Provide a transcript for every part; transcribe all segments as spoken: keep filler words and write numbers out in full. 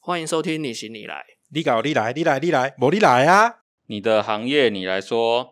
欢迎收听你行你来， 你搞你来，你来你来，没你来啊！ 你的行业你来说。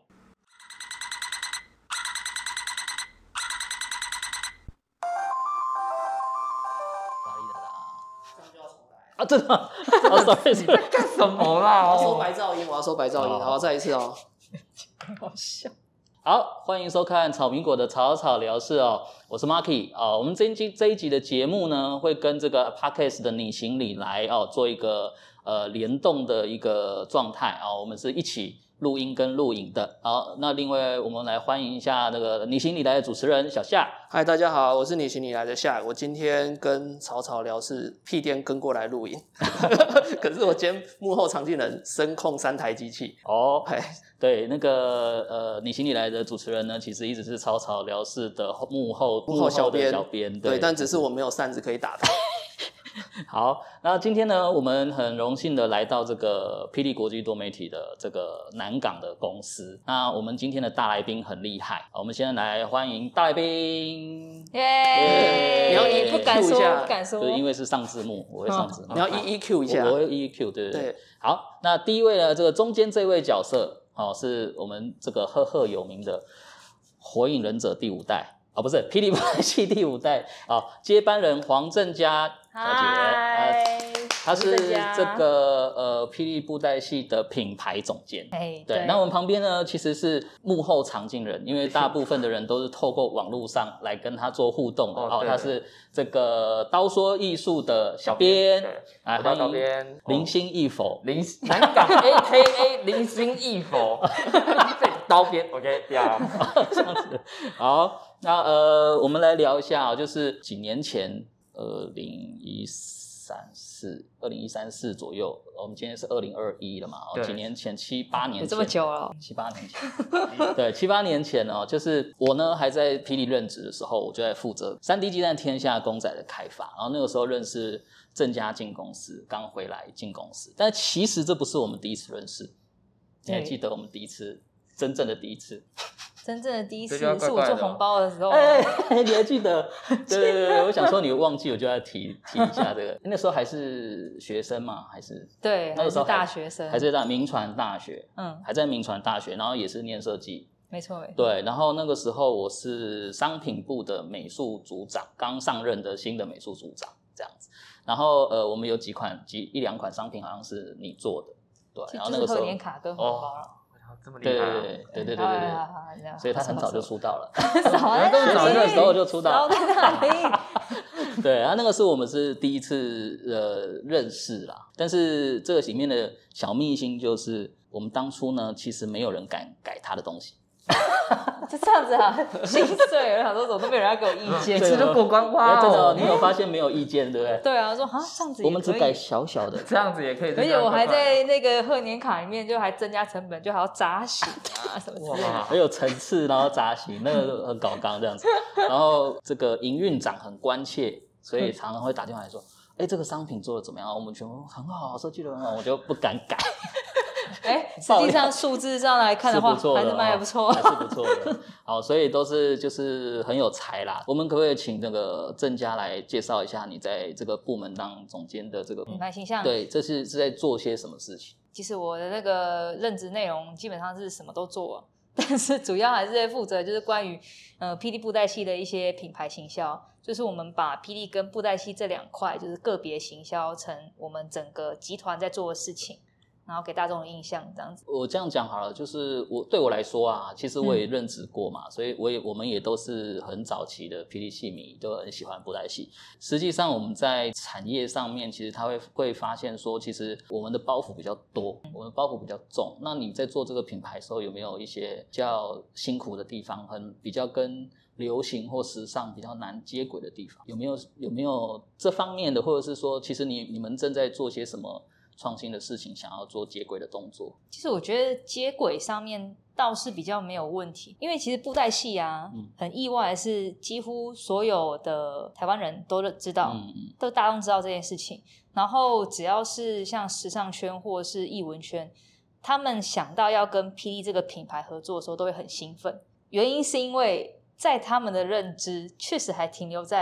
啊，真的吗？哦 sorry 你在干什么啦？ 我要收白噪音，我要收白噪音，好，再一次哦。 好笑。 好，欢迎收看草民果的草草聊事哦，我是 Marky 哦。我们这一集这一集的节目呢，会跟这个 Podcast 的你行你来哦做一个呃联动的一个状态啊、哦，我们是一起录音跟录影的。好，那另外我们来欢迎一下那个你行你来的主持人小夏。 嗨，大家好，我是你行你来的夏，我今天跟草草聊是屁颠跟过来录音，可是我今天幕后常进人声控三台机器哦。对，那个呃，你行你来的主持人呢，其实一直是草草聊事的幕后幕后小编， 小编， 对， 对， 但只是我没有扇子可以打他。 好，那今天呢，我们很荣幸的来到这个霹雳国际多媒体的这个南港的公司。那我们今天的大来宾很厉害，我们先来欢迎大来宾。 耶！ 你要一不敢说，不敢说， 对，因为是上字幕，我会上字幕。 你要一一 Q 一下， 我我会一一 Q， 对对对。 对。好，那第一位呢，这个中间这位角色。哦，是我们这个赫赫有名的火影忍者第五代啊、哦，不是霹雳布袋戏第五代啊、哦，接班人黄正佳小姐，她是这个呃霹雳布袋戏的品牌总监。 对, 对，那我们旁边呢其实是幕后常进人，因为大部分的人都是透过网络上来跟他做互动的。哦，他是这个刀说艺术的小编，来欢迎零星一否， 零南港 A K A 零星一否，刀编 OK 掉这样子。好，那呃，我们来聊一下、哦，就是几年前，二零一三四，二零一三四左右，我们今天是二零二一了嘛，哦，几年前，七八年前， 有这么久了， 七八年前，对，七八年前哦，就是我呢还在霹雳任职的时候，我就在负责三 D 机战天下公仔的开发，然后那个时候认识郑家进公司，刚回来进公司，但其实这不是我们第一次认识，你还记得我们第一次真正的第一次？ 真正的第一次是我做红包的时候， 哎、欸，你还记得？对对对，我想说你忘记，我就要提提一下这个。那时候还是学生嘛，还是对， 那个时候还是大学生， 还是在民传大学， 嗯， 还在民传大学，然后也是念设计， 没错没错。 对，然后那个时候我是商品部的美术组长，刚上任的新的美术组长这样子。然后呃，我们有几款几一两款商品好像是你做的，对，然后那个时候就是贺年卡跟红包了。 哦这么厉对害、啊， 对对对对对对对，所以他很早就出道了， 早在学生的时候就出道了， 早在哪里？ 对，然后那个是我们是第一次呃认识啦，但是这个里面的小秘辛就是，我们当初呢其实没有人敢改他的东西。 就这样子啊，心碎了，想说怎么都没有人要给我意见， 这就过关哇、 哦！真的，你有发现没有意见，对不对？ 对啊，说啊这样子也可以， 我们只改小小的， 这样子也可以。而且我还在那个贺年卡里面就还增加成本，就还要扎型啊什么之类的， 还有层次，然后扎型，那个很搞纲这样子。然后这个营运长很关切，所以常常会打电话来说：“哎，这个商品做的怎么样？”我们全部很好，设计的很好，我就不敢改。 哎，实际上数字上来看的话， 是还是卖得不错， 还是不错的。好，所以都是就是很有才啦。我们可不可以请那个郑家来介绍一下你在这个部门当总监的这个品牌形象？ 对，这是是在做些什么事情？ 其实我的那个任职内容基本上是什么都做，但是主要还是在负责就是关于呃霹雳布袋戏的一些品牌行销，就是我们把霹雳跟布袋戏这两块就是个别行销成我们整个集团在做的事情。然后给大众的印象这样子。 我这样讲好了，就是我对我来说啊，其实我也任职过嘛，嗯、所以我也我们也都是很早期的霹雳戏迷，都很喜欢布袋戏。实际上我们在产业上面，其实他会会发现说，其实我们的包袱比较多，我们的包袱比较重。那你在做这个品牌的时候，有没有一些比较辛苦的地方，很比较跟流行或时尚比较难接轨的地方？有没有有没有这方面的，或者是说，其实你你们正在做些什么？创新的事情，想要做接轨的动作。 其实我觉得接轨上面倒是比较没有问题，因为其实布袋戏啊、嗯、很意外的是几乎所有的台湾人都知道、嗯、都大众知道这件事情，然后只要是像时尚圈或是艺文圈，他们想到要跟霹雳这个品牌合作的时候都会很兴奋，原因是因为在他们的认知确实还停留在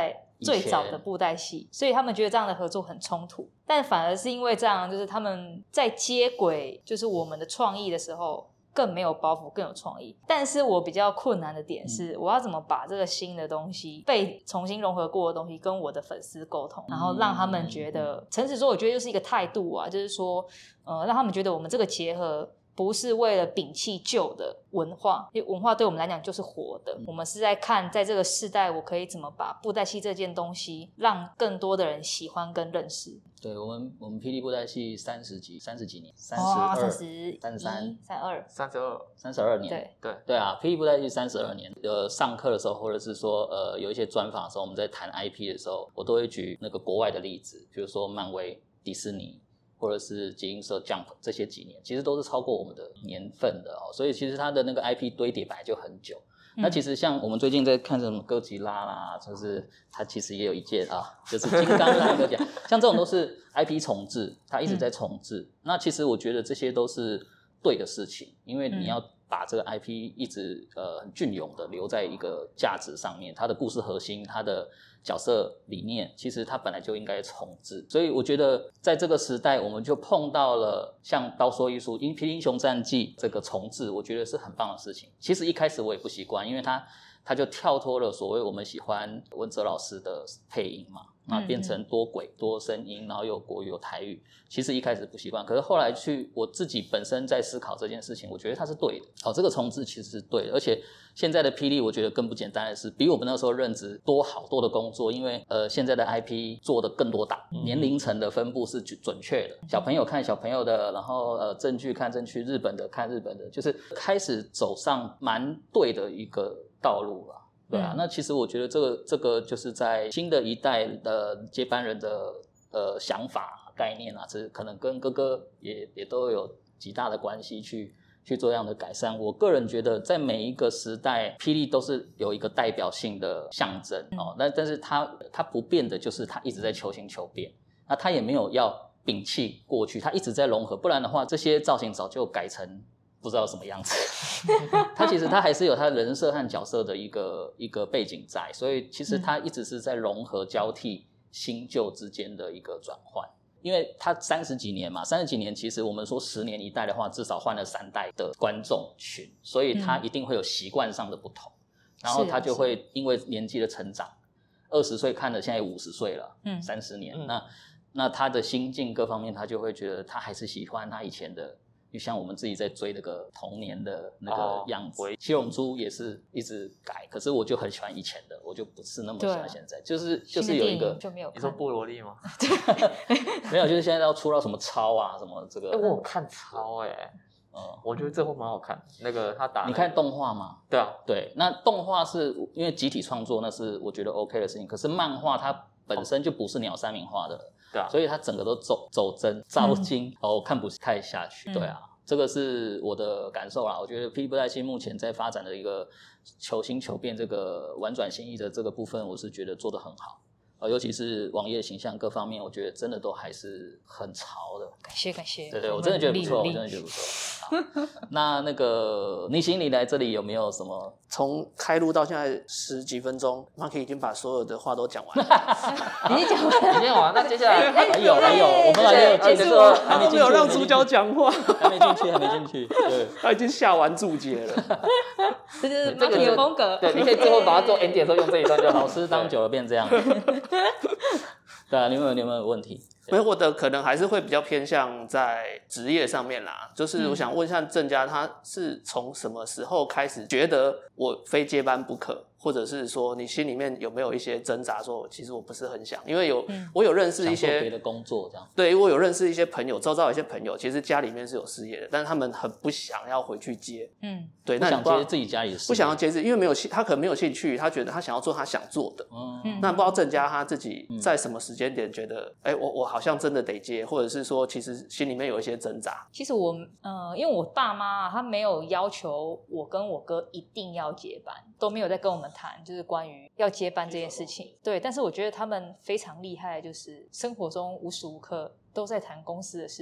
最早的布袋戏，所以他们觉得这样的合作很冲突。但反而是因为这样，就是他们在接轨就是我们的创意的时候更没有包袱，更有创意。但是我比较困难的点是，我要怎么把这个新的东西被重新融合过的东西跟我的粉丝沟通，然后让他们觉得，诚实说我觉得就是一个态度啊，就是说呃，让他们觉得我们这个结合不是为了摒弃旧的文化，因为文化对我们来讲就是活的，我们是在看在这个世代我可以怎么把布袋戏这件东西让更多的人喜欢跟认识。 对，我们我们霹雳布袋戏三十几三十几年，三十二、 三十三十三、 三二、 三十二、 三十二年。 对对对啊，霹雳布袋戏三十二年。呃，上课的时候，或者是说呃有一些专访的时候，我们在谈 I P 的时候，我都会举那个国外的例子，比如说漫威、迪士尼。或者是集英社 Jump 这些几年，其实都是超过我们的年份的哦，所以其实它的那个 I P 堆叠本来就很久。嗯、那其实像我们最近在看什么哥吉拉啦，就是它其实也有一件啊，就是金刚啦、哥吉拉，像这种都是 I P 重置，它一直在重置。嗯、那其实我觉得这些都是对的事情，因为你要把这个 I P 一直呃很隽永的留在一个价值上面，它的故事核心，它的角色理念，其实它本来就应该重置。所以我觉得在这个时代，我们就碰到了像《刀说艺术》《霹雳英雄战记》这个重置，我觉得是很棒的事情。其实一开始我也不习惯，因为它它就跳脱了所谓我们喜欢文哲老师的配音嘛，那变成多轨多声音，然后有国语有台语。其实一开始不习惯，可是后来去我自己本身在思考这件事情，我觉得它是对的。哦，这个重置其实是对的，而且现在的霹雳我觉得更不简单的是，比我们那时候任职多好多的工作，因为呃现在的 I P 做的更多档，年龄层的分布是准确的，小朋友看小朋友的，然后呃正剧看正剧，日本的看日本的，就是开始走上蛮对的一个道路了。对啊，那其实我觉得这个这个就是在新的一代的接班人的呃想法概念啊，这可能跟哥哥也也都有极大的关系去去做这样的改善。我个人觉得，在每一个时代，霹雳都是有一个代表性的象征哦。但但是它它不变的就是它一直在求新求变，那它也没有要摒弃过去，它一直在融合，不然的话，这些造型早就改成不知道什么样子。他其实他还是有他人设和角色的一个一个背景在，所以其实他一直是在融合交替新旧之间的一个转换。因为他三十几年嘛，三十几年其实我们说十年一代的话，至少换了三代的观众群，所以他一定会有习惯上的不同，嗯、然后他就会因为年纪的成长，二十岁看了现在五十岁了，嗯，三十年，嗯、那那他的心境各方面，他就会觉得他还是喜欢他以前的。就像我们自己在追那个童年的那个样子，哦、七龙珠也是一直改，可是我就很喜欢以前的，我就不是那么喜欢现在，就是就是有一个， 就没有看你说菠萝莉吗？ 没有，就是现在要出到什么超啊，什么这个， 哎、欸，我有看超哎、欸，嗯，我觉得这会蛮好看。那个他打、那個， 你看动画吗？ 对啊， 对，那动画是因为集体创作，那是我觉得 OK 的事情，可是漫画它本身就不是鸟山明画的了。 对啊， 所以它整个都走走针照精，嗯、哦，看不太下去。嗯、对啊，这个是我的感受啦。我觉得霹雳布袋戏目前在发展的一个求新求变、这个婉转心意的这个部分，我是觉得做得很好。呃，尤其是网页形象各方面，我觉得真的都还是很潮的。 感谢感谢， 对对，我真的觉得不错，我真的觉得不错。那那个倪行，你来这里有没有什么？ 从开录到现在十几分钟 ，Marky 已经把所有的话都讲完了。 已经讲完了， 已经讲完。那接下来还有还有，我们还没有进去，还没进去， 没有让主角讲话， 还没进去，还没进去。对， 他已经下完注解了。 这就是 Marky 的风格。 对，你可以最后把它做 ending 的时候用这一段就好。 老师当久了变这样。对啊，你们有你有没有问题？ 没有，我的可能还是会比较偏向在职业上面啦。就是我想问一下郑家，他是从什么时候开始觉得我非接班不可？或者是说你心里面有没有一些挣扎，说其实我不是很想，因为有、嗯、我有认识一些想做别的工作这样， 对，我有认识一些朋友，周遭有一些朋友，其实家里面是有事业的，但是他们很不想要回去接，嗯，对， 不想接自己家里的事业， 不想要接自己，因为没有他可能没有兴趣，他觉得他想要做他想做的，嗯，那不知道郑家他自己在什么时间点觉得，哎、嗯，我我好像真的得接，或者是说其实心里面有一些挣扎。 其实我，呃，因为我爸妈他没有要求我跟我哥一定要接班，都没有在跟我们谈，就是关于要接班这件事情，对，但是我觉得他们非常厉害，就是生活中无时无刻都在谈公司的事情，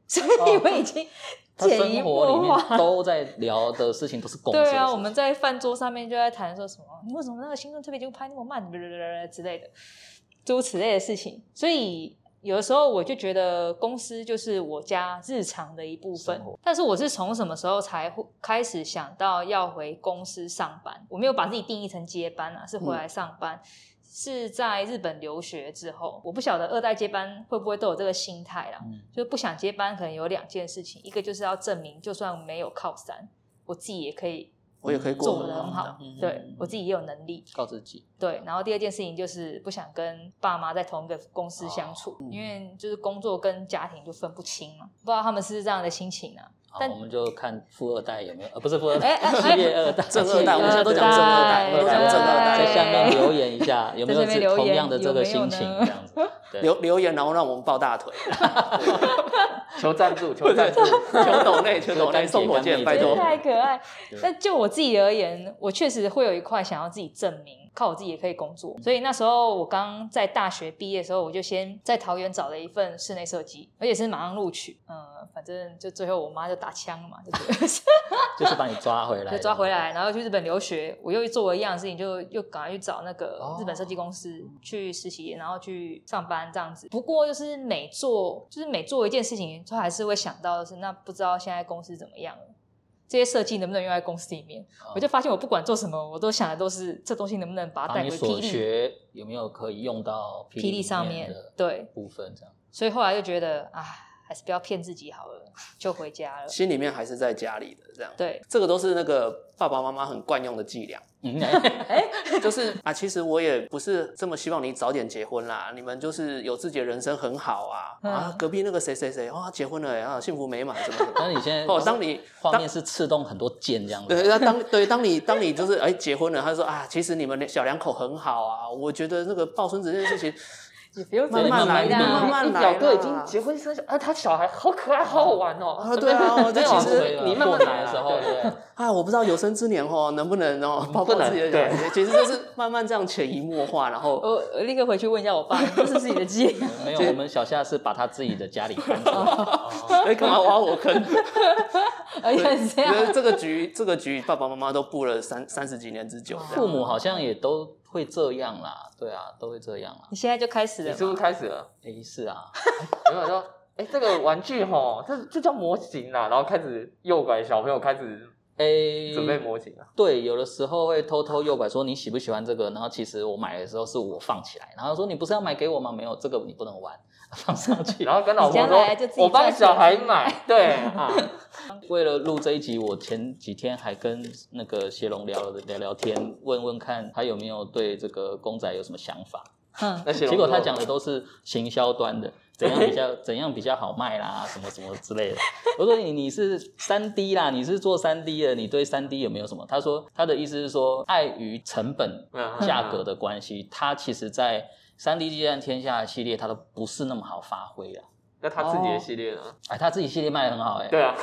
所以我已经潜移默化。 他生活里面都在聊的事情都是公司的事情。 对啊，我们在饭桌上面就在谈说什么，你为什么那个新闻特别节目拍那么慢之类的，诸如此类的事情。所以有的时候我就觉得公司就是我家日常的一部分，但是我是从什么时候才开始想到要回公司上班？我没有把自己定义成接班啊，是回来上班。嗯，是在日本留学之后，我不晓得二代接班会不会都有这个心态啦、嗯、就是不想接班可能有两件事情，一个就是要证明就算没有靠山，我自己也可以我也可以做得很好、嗯、对，我自己也有能力靠自己。 对，然后第二件事情就是不想跟爸妈在同一个公司相处、哦、因为就是工作跟家庭就分不清嘛，不知道他们是这样的心情啊。 但我们就看富二代有没有，呃，不是富二代，企业二代、 正二代，我们现在都讲正二代，都讲正二代， 在下面留言一下，有没有同样的这个心情？这样子， 留留言，然后让我们抱大腿， 求赞助，求赞助， 求抖内，求抖内，送火箭，拜托， 太可爱。但就我自己而言，我确实会有一块想要自己证明。靠我自己也可以工作，所以那时候我刚在大学毕业的时候，我就先在桃园找了一份室内设计，而且是马上录取。嗯，反正就最后我妈就打枪了嘛，对不对？ 就是把你抓回来， 就抓回来，然后去日本留学。我又做了一样的事情，就又赶快去找那个日本设计公司、哦、去实习，然后去上班这样子。不过就是每做，就是每做一件事情，就还是会想到的是，那不知道现在公司怎么样了。这些设计能不能用在公司里面、哦、我就发现我不管做什么我都想的都是这东西能不能把它带回霹雳， 把你所学有没有可以用到霹雳上面的部分这样。 所以后来就觉得啊，还是不要骗自己好了，就回家了， 心里面还是在家里的这样。 对， 这个都是那个爸爸妈妈很惯用的伎俩。就是啊，其实我也不是这么希望你早点结婚啦，你们就是有自己的人生很好啊。嗯、啊，隔壁那个谁谁谁，哇，结婚了啊，幸福美满什么的。 但是你现在哦，当你画面是刺动很多箭这样子。 对，那当对当你当你就是哎结婚了，他就说啊，其实你们小两口很好啊，我觉得那个抱孙子这件事情。 也不用慢慢来，慢慢来。 表哥已经结婚生小，啊，他小孩好可爱，好好玩哦。 啊，对啊，这其实你慢慢来的时候，对。 啊，我不知道有生之年哦，能不能哦抱抱自己的小孩？其实就是慢慢这样潜移默化，然后我我立刻回去问一下我爸，这是自己的伎俩。 没有，我们小夏是把他自己的家里搬出来。 哎，干嘛挖我坑？ 而且是这样， 这个局，这个局，爸爸妈妈都布了三三十几年之久。 父母好像也都会这样啦，对啊，都会这样啦。 你现在就开始了， 你是不是开始了？ 哎，是啊。 有没有说，哎，这个玩具吼，这这叫模型啦，然后开始诱拐小朋友开始。诶，准备模型啊？ 对，有的时候会偷偷诱拐说你喜不喜欢这个，然后其实我买的时候是我放起来，然后说你不是要买给我吗？没有，这个你不能玩，放上去， 然后跟老婆说，我帮小孩买，对啊。 为了录这一集，我前几天还跟那个谢龙聊了聊聊天，问问看他有没有对这个公仔有什么想法。嗯，结果他讲的都是行销端的，怎样比较怎样比较好卖啦，什么什么之类的。我说你你是 三 D 啦，你是做 三 D 的，你对 三 D 有没有什么？他说他的意思是说，碍于成本价格的关系，他其实在 三 D 激战天下的系列，他都不是那么好发挥啊。 那他自己的系列呢？ 哎，他自己系列卖得很好哎、欸。 对啊。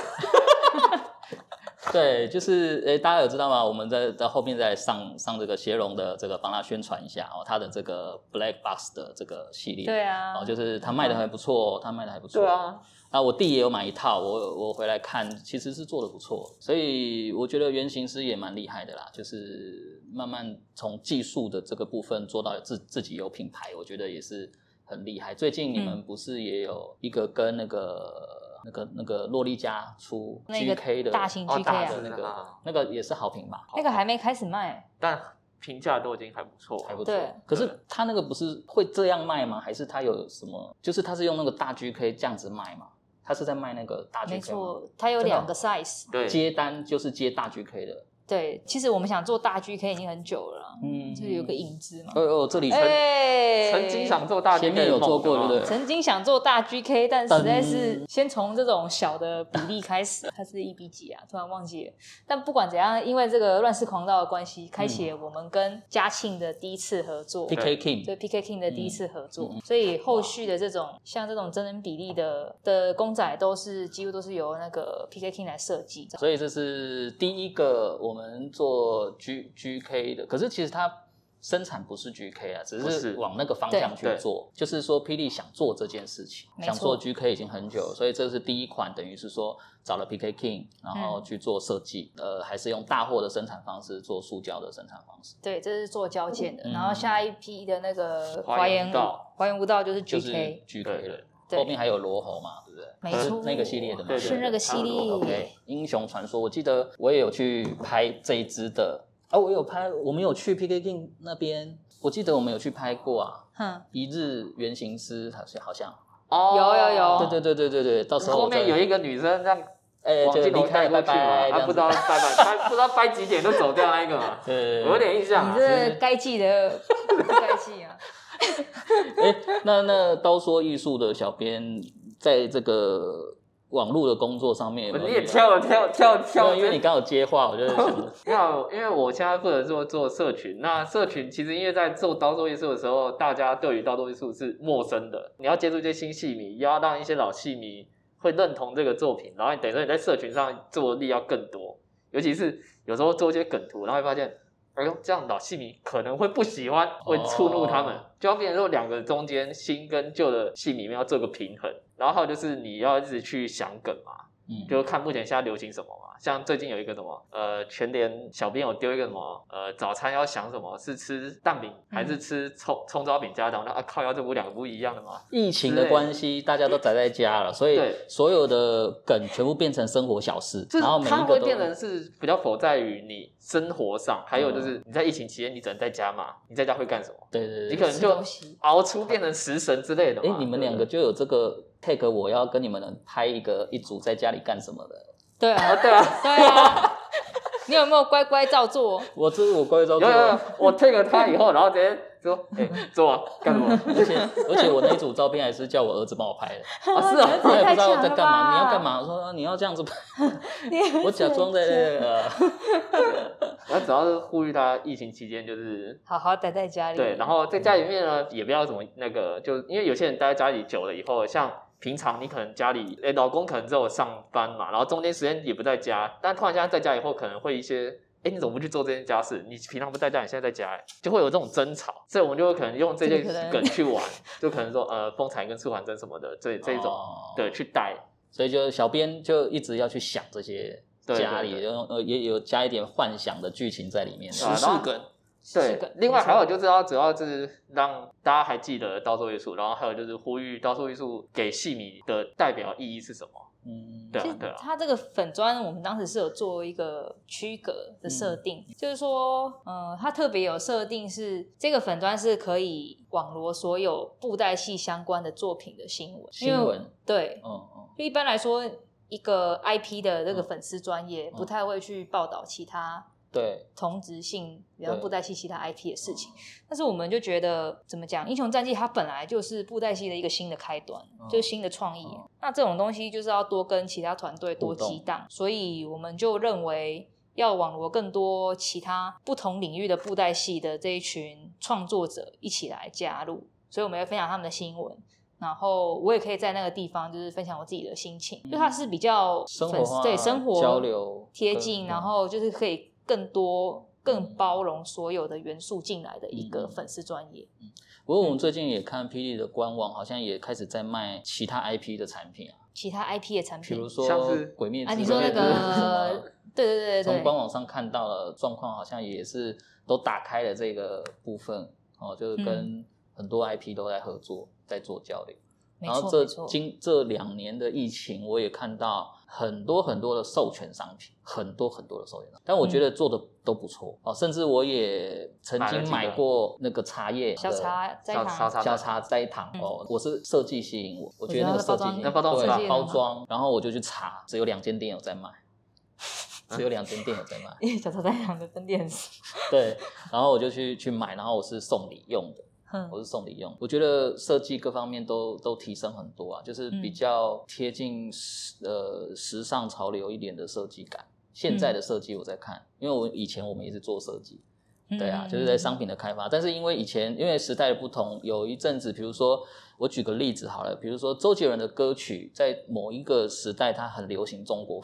对，就是诶，大家有知道吗？我们在在后面再上上这个协荣的这个帮他宣传一下哦，他的这个 Black Box 的这个系列， 对啊， 哦，就是他卖的还不错，他卖的还不错， 对啊。 啊，我弟也有买一套，我我回来看，其实是做的不错，所以我觉得原型师也蛮厉害的啦，就是慢慢从技术的这个部分做到自自己有品牌，我觉得也是很厉害。最近你们不是也有一个跟那个。嗯那个那个洛丽佳出 G K 的大型 G K 啊， 那个那个也是好评吧？ 那个还没开始卖， 但评价都已经还不错， 还不错。可是他那个不是会这样卖吗？还是他有什么？就是他是用那个大 G K 这样子卖吗？他是在卖那个大 G K 吗？ 没错，他有两个 size， 对， 接单就是接大 G K 的。 对，其实我们想做大 G K 已经很久了啦，嗯，就有个影子嘛。 哦哦，这里曾、 欸、 曾经想做大 G K， 前面有做过，对不对？ 曾经想做大 G K， 但实在是先从这种小的比例开始，它是一比几啊？突然忘记了。但不管怎样，因为这个乱世狂刀的关系，开启了我们跟嘉庆的第一次合作 ，P K King， 对 P K King 的第一次合作，嗯、所以后续的这种像这种真人比例的的公仔，都是几乎都是由那个 P K King 来设计。 所以这是第一个我们做。G G K 的，可是其实它生产不是 G K 啊，只不是是往那个方向去做，就是说霹雳想做这件事情，想做 G K 已经很久了，所以这是第一款，等于是说找了 P K King， 然后去做设计，嗯、呃，还是用大货的生产方式做塑胶的生产方式。 对，这是做胶件的， 嗯、 然后下一批的那个华岩无道， 华岩无道就是 G K， 就是 G K 了。 对， 后面还有罗喉嘛，对不对？ 没错， 那个系列的嘛， 对对是那个系列。 OK， 英雄传说，我记得我也有去拍这一支的。啊，我有拍，我们有去 P K King 那边，我记得我们有去拍过啊。 哼， 一日原型师好像好像。 哦， 有有有。 对对对对对对，到时候后面有一个女生这样， 哎，就离开过去嘛，她不知道掰掰，不知道掰几点就走掉那一个嘛。 对， 我有点印象。 你这该记的不该记啊。 哎，那那刀说艺术的小编在这个网络的工作上面有没有， 你也跳了跳跳跳， 因为你刚好接话，我就想要因为我现在负责做做社群，那社群其实因为在做刀作艺术的时候，大家对于刀作艺术是陌生的，你要接触一些新戏迷，要让一些老戏迷会认同这个作品，然后等于说你在社群上做的力要更多，尤其是有时候做一些梗图，然后会发现，哎呦，这样老戏迷可能会不喜欢，会触怒他们，哦、就要变成说两个中间新跟旧的戏迷们要做个平衡。然后还有就是你要一直去想梗嘛，嗯，就看目前现在流行什么嘛。像最近有一个什么，呃，全联小编有丢一个什么，呃，早餐要想什么，是吃蛋饼还是吃葱葱烧饼加糖？那啊靠，要这不两个不一样的吗？ 疫情的关系，大家都宅在家了，所以所有的梗全部变成生活小事，然后每一个都它会变成是比较否在于你生活上，还有就是你在疫情期间你只能在家嘛，你在家会干什么？ 对对对， 你可能就熬出变成食神之类的嘛。 哎，你们两个就有这个 take， 我要跟你们拍一个一组在家里干什么的。 对啊，对啊，对啊，你有没有乖乖照做？ 我这我乖乖照做。 有有有，我 take 他以后，然后直接说，哎、欸，做啊，干什么？ 而且而且我那一组照片还是叫我儿子帮我拍的。 啊，是啊， 他也不知道我在干嘛，你要干嘛？我说你要这样子拍，我假装在那个。 我主要是呼吁他疫情期间就是好好待在家里。 对，然后在家里面呢，也不要怎么那个，就因为有些人待在家里久了以后，像。平常你可能家里，哎，老公可能只有上班嘛，然后中间时间也不在家，但突然间在家以后，可能会一些，哎，你怎么不去做这件家事？你平常不在家，你现在在家，就会有这种争吵，所以我们就会可能用这些梗去玩，就可能说，呃，风采跟素还真什么的，这这种、哦、对去带， 所以就小编就一直要去想这些家里，呃也有加一点幻想的剧情在里面， 时事梗。 对，另外还有就是要主要就是让大家还记得刀作艺术，然后还有就是呼吁刀作艺术给戏迷的代表意义是什么？嗯，对啊，对啊。 它这个粉专我们当时是有做一个区隔的设定，嗯、就是说，呃，它特别有设定是这个粉专是可以网罗所有布袋戏相关的作品的新闻。 新闻对，嗯嗯。就一般来说，一个 I P 的这个粉丝专页不太会去报道其他。 对同质性，然后布袋戏其他 I P 的事情，但是我们就觉得怎么讲，英雄战记它本来就是布袋戏的一个新的开端，嗯、就是新的创意。嗯、那这种东西就是要多跟其他团队多激荡，所以我们就认为要网罗更多其他不同领域的布袋戏的这一群创作者一起来加入，所以我们要分享他们的新闻。然后我也可以在那个地方，就是分享我自己的心情，嗯、就它是比较生活化、 对生活交流贴近，然后就是可以。更多、更包容所有的元素进来的一个粉丝专页。 嗯，不过我们最近也看霹雳的官网，好像也开始在卖其他 I P 的产品啊。 其他 I P 的产品， 比如说《鬼灭之刃》啊， 你说那个，对对对对， 从官网上看到了状况，好像也是都打开了这个部分哦，就是跟很多 I P 都在合作，在做交流。然后这今这两年的疫情，我也看到很多很多的授权商品，很多很多的授权商品，但我觉得做的都不错、嗯、哦。甚至我也曾经买过那个茶叶小茶栽糖， 小茶栽糖、嗯、哦，我是设计吸引我，我觉得那个设计那包装对包装，然后我就去查，只有两间店有在卖。只有两间店有在卖， 因为小茶栽糖的分店是。 对，然后我就去去买，然后我是送礼用的。我是送礼用，我觉得设计各方面都都提升很多啊，就是比较贴近时、嗯、呃时尚潮流一点的设计感。现在的设计我在看，嗯、因为我以前我们也是做设计，对啊，就是在商品的开发。但是因为以前因为时代的不同，有一阵子，比如说我举个例子好了，比如说周杰伦的歌曲在某一个时代它很流行中国风，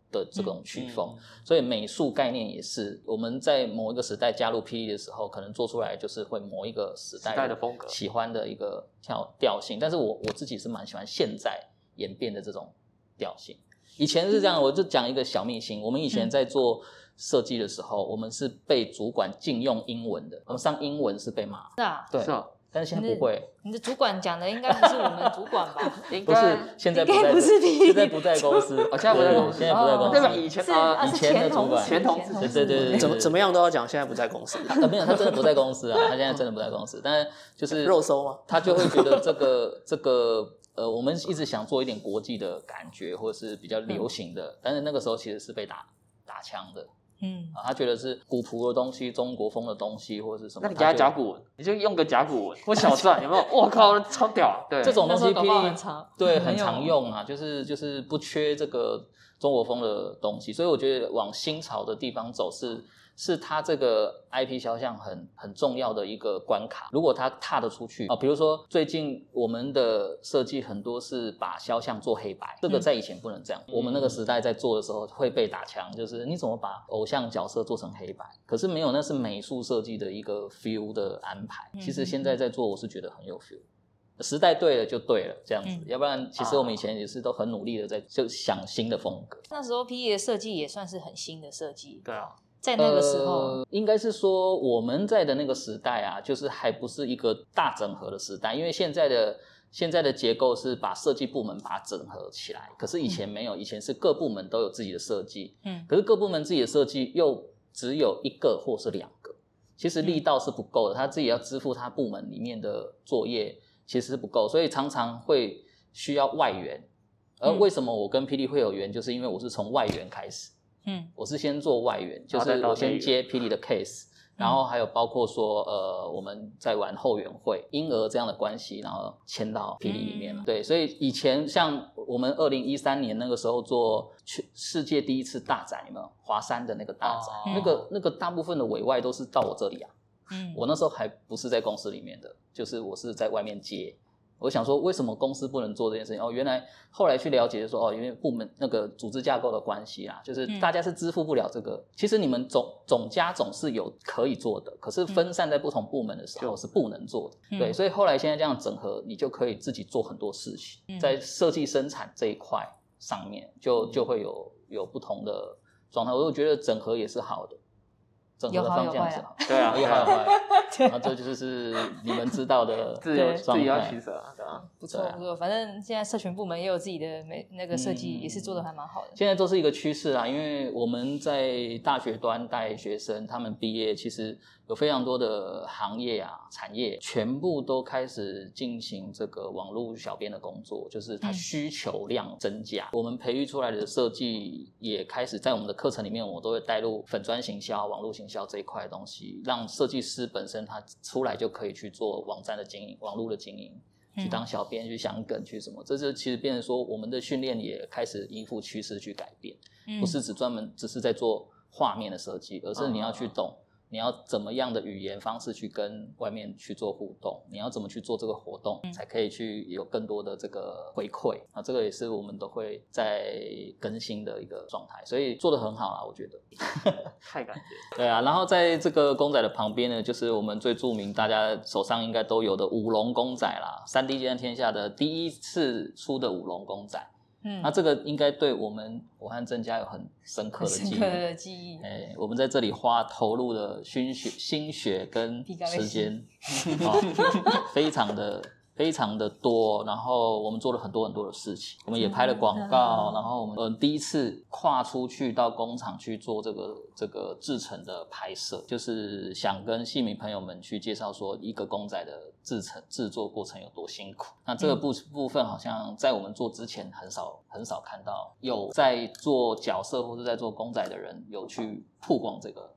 的这种曲风，嗯、所以美术概念也是我们在某一个时代加入霹雳的时候，可能做出来就是会某一个时代 的, 时代的风格喜欢的一个调调性。但是我我自己是蛮喜欢现在演变的这种调性。以前是这样，我就讲一个小秘辛，我们以前在做设计的时候，我们是被主管禁用英文的，我们上英文是被骂。 是啊， 对， 是啊。 但是现在不会。 你的主管讲的应该不是我们的主管吧？ 应该不是，现在不在， 不是现在不在公司， 哦，现在不在公司， 现在不在公司。 对吧？以前啊， 以前的主管， 前同事， 对对对对， 怎么怎么样都要讲，现在不在公司。 啊，没有，他真的不在公司啊，他现在真的不在公司，但是就是肉搜吗？ 他就会觉得这个这个呃，我们一直想做一点国际的感觉，或者是比较流行的，但是那个时候其实是被打打枪的。嗯、啊，他觉得是古朴的东西、中国风的东西，或者是什么？ 那你给他甲骨文，你就用个甲骨文或小篆，有没有？我靠，超屌！对， 这种东西霹雳很常对很常用啊，就是就是不缺这个中国风的东西，所以我觉得往新潮的地方走是是他这个 I P 肖像很很重要的一个关卡。如果他踏得出去啊，比如说最近我们的设计很多是把肖像做黑白，这个在以前不能这样。嗯、我们那个时代在做的时候会被打枪，就是你怎么把偶像角色做成黑白？可是没有，那是美术设计的一个 feel 的安排。其实现在在做，我是觉得很有 feel。时代对了就对了，这样子，嗯、要不然其实我们以前也是都很努力的在就想新的风格。 那时候 P E 的设计也算是很新的设计， 对啊。 在那个时候、 呃、应该是说我们在的那个时代啊，就是还不是一个大整合的时代，因为现在的现在的结构是把设计部门把它整合起来，可是以前没有，以前是各部门都有自己的设计，嗯，可是各部门自己的设计又只有一个或是两个，其实力道是不够的，他自己要支付他部门里面的作业其实是不够，所以常常会需要外援。而为什么我跟霹雳会有缘，就是因为我是从外援开始。嗯，我是先做外援，就是我先接霹雳的 case， 然后还有包括说呃我们在玩后援会，因而这样的关系，然后签到霹雳里面嘛。嗯、对，所以以前像我们二零一三年那个时候做世界第一次大展，有没有华山的那个大展？哦、那个那个大部分的委外都是到我这里啊。嗯，我那时候还不是在公司里面的，就是我是在外面接。我想说为什么公司不能做这件事情？哦，原来后来去了解说，哦，因为部门那个组织架构的关系啦，就是大家是支付不了这个。嗯、其实你们总总家总是有可以做的，可是分散在不同部门的时候是不能做的。嗯、对，所以后来现在这样整合，你就可以自己做很多事情，嗯、在设计生产这一块上面就就会有有不同的状态。我觉得整合也是好的。整合的方向是好， 对啊， 有好有坏，然后这就是你们知道的自由自己要取舍啊，对啊， 不错不错，反正现在社群部门也有自己的美那个设计，也是做的还蛮好的。 现在都是一个趋势啦，因为我们在大学端带学生，他们毕业其实有非常多的行业啊、产业，全部都开始进行这个网络小编的工作，就是它需求量增加。嗯、我们培育出来的设计也开始在我们的课程里面，我都会带入粉专行销、网络行销这一块的东西，让设计师本身他出来就可以去做网站的经营、网络的经营，去当小编、去想梗、去什么。这就其实变成说，我们的训练也开始依附趋势去改变，嗯、不是只专门只是在做画面的设计，而是你要去懂。你要怎么样的语言方式去跟外面去做互动？你要怎么去做这个活动，才可以去有更多的这个回馈？啊，这个也是我们都会在更新的一个状态，所以做得很好啦，我觉得。 太感谢。 对啊，然后在这个公仔的旁边呢，就是我们最著名，大家手上应该都有的舞龙公仔啦，三 D 剑天下的第一次出的舞龙公仔。嗯，那这个应该对我们我和郑家有很深刻的记忆。 深刻的记忆。 哎，我们在这里花投入的心血、心血跟时间，哦，非常的非常的多。然后我们做了很多很多的事情，我们也拍了广告，然后我们呃第一次跨出去到工厂去做这个这个制成的拍摄，就是想跟戏迷朋友们去介绍说一个公仔的制成制作过程有多辛苦。那这个部部分好像在我们做之前很少很少看到有在做角色或是在做公仔的人有去曝光这个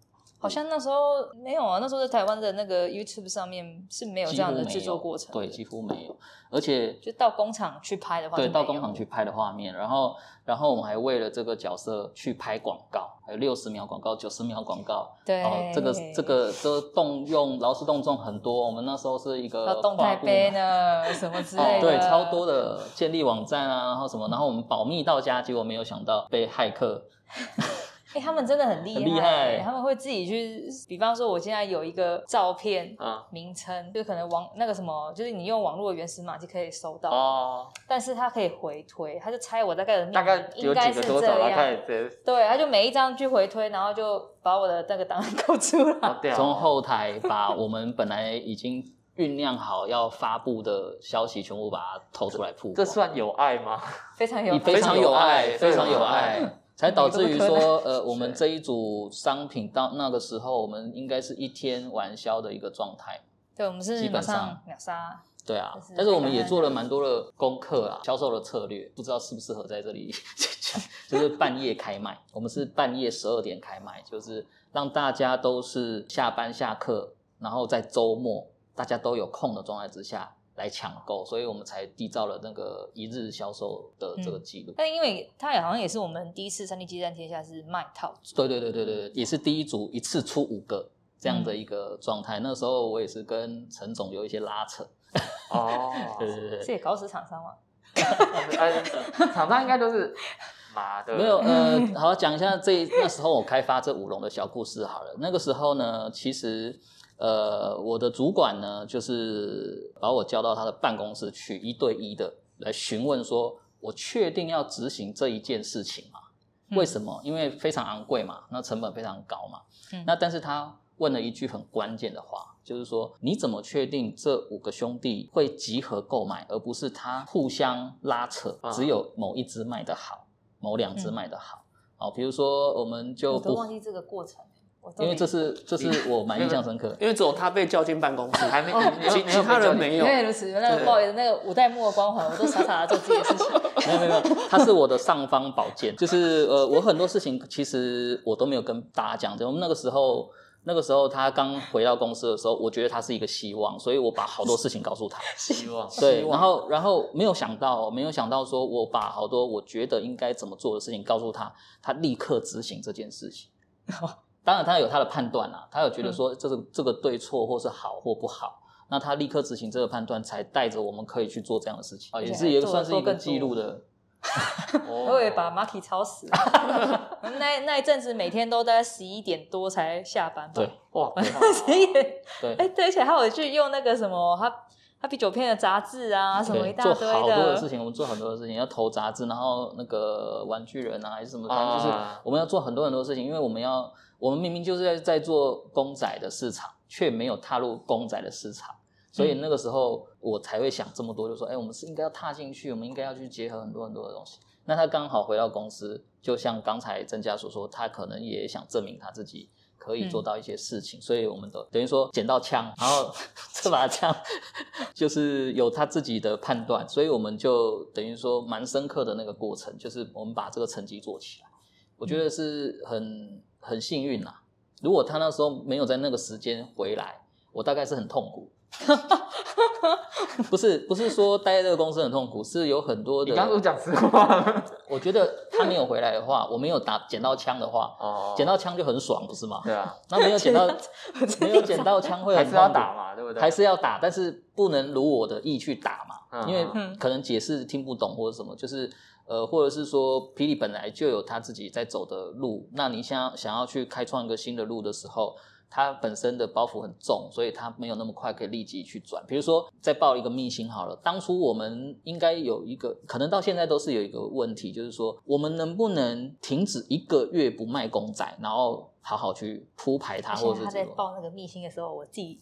好像那时候没有啊，那时候在台湾的那个 YouTube 上面是没有这样的制作过程， 对，几乎没有，而且就到工厂去拍的话， 对，到工厂去拍的画面，然后然后我们还为了这个角色去拍广告，还有六十秒广告、九十秒广告， 对， 然后这个这个都动用劳师动众很多，我们那时候是一个动态杯呢，什么之类的， 对，超多的建立网站啊，然后什么，然后我们保密到家，结果没有想到被骇客。 哎、欸，他们真的很厉害， 很厉害， 他们会自己去，比方说，我现在有一个照片名称，嗯、就可能网那个什么，就是你用网络的原始码就可以搜到，哦，但是他可以回推，他就猜我大概的大概有几个多少，他开始对，他就每一张去回推，然后就把我的那个档案勾出来， 从后台把我们本来已经酝酿好要发布的消息全部把它投出来曝光， 这算有爱吗？ 非常有爱， 非常有爱，非常有爱。才导致于说，呃，我们这一组商品到那个时候，我们应该是一天完销的一个状态。 对，我们是马上秒杀。 对啊，但是我们也做了蛮多的功课啊，销售的策略，不知道适不适合在这里就是半夜开卖，我们是半夜十二点开卖，就是让大家都是下班下课，然后在周末大家都有空的状态之下来抢购，所以我们才缔造了那个一日销售的这个记录。 嗯、但因为它也好像也是我们第一次三 D 机战天下是卖套组， 对对对对对，也是第一组一次出五个这样的一个状态。嗯、那时候我也是跟陈总有一些拉扯。 哦， 对对对， 是也搞死厂商吗？ 厂商应该都是妈的， 没有呃，好讲一下这那时候我开发这五龙的小故事好了。那个时候呢，其实。呃，我的主管呢，就是把我叫到他的办公室去，一对一的来询问说，我确定要执行这一件事情吗？嗯、为什么？因为非常昂贵嘛，那成本非常高嘛。嗯、那但是他问了一句很关键的话，就是说，你怎么确定这五个兄弟会集合购买，而不是他互相拉扯，嗯、只有某一只卖得好，某两只卖得好？好、嗯，比如说我们就不我都忘记这个过程。 因为这是这是我蛮印象深刻， 因为只有他被叫进办公室， 还没其其他人没有。 原来如此，那个不好意思，那个五代目的光环，我都傻傻的做自己的事情。 没有没有，他是我的尚方宝剑，就是呃，我很多事情其实我都没有跟大家讲。我们那个时候，那个时候他刚回到公司的时候，我觉得他是一个希望，所以我把好多事情告诉他。 希望对，然后然后没有想到，没有想到说我把好多我觉得应该怎么做的事情告诉他，他立刻执行这件事情。当然他有他的判断啦，他有觉得说这个、嗯、这个对错或是好或不好，那他立刻执行这个判断，才带着我们可以去做这样的事情啊，也是也算是一个记录的。 我也把 Marky 吵死了。那那一阵子每天都在十一点多才下班吧。 对，哇， 十一点。 对， 哎，对，而且还有去用那个什么，他他啤酒片的杂志啊，什么一大堆的， 做好多的事情，我们做很多的事情，要投杂志，然后那个玩具人啊，还是什么，反正就是我们要做很多很多事情，因为我们要。我们明明就是在在做公仔的市场，却没有踏入公仔的市场，所以那个时候我才会想这么多，就说，哎、欸，我们是应该要踏进去，我们应该要去结合很多很多的东西。那他刚好回到公司，就像刚才郑家所说，他可能也想证明他自己可以做到一些事情，嗯、所以我们都等于说捡到枪，然后这把枪就是有他自己的判断，所以我们就等于说蛮深刻的那个过程，就是我们把这个成绩做起来，我觉得是很。很幸运啦，如果他那时候没有在那个时间回来，我大概是很痛苦。不是不是说待在这个公司很痛苦，是有很多的。 你刚刚讲实话。 我觉得他没有回来的话，我没有打捡到枪的话，哦，捡到枪就很爽，不是吗？ 对啊。 那没有捡到没有捡到枪会很痛苦， 还是要打嘛，对不对？ 还是要打，但是不能如我的意去打嘛，嗯、因为可能解释听不懂或者什么，就是。呃，或者是说，霹雳本来就有他自己在走的路，那你想想要去开创一个新的路的时候，他本身的包袱很重，所以他没有那么快可以立即去转。比如说，再报一个秘辛好了，当初我们应该有一个，可能到现在都是有一个问题，就是说，我们能不能停止一个月不卖公仔，然后好好去铺排它，或者是他在报那个秘辛的时候，我自己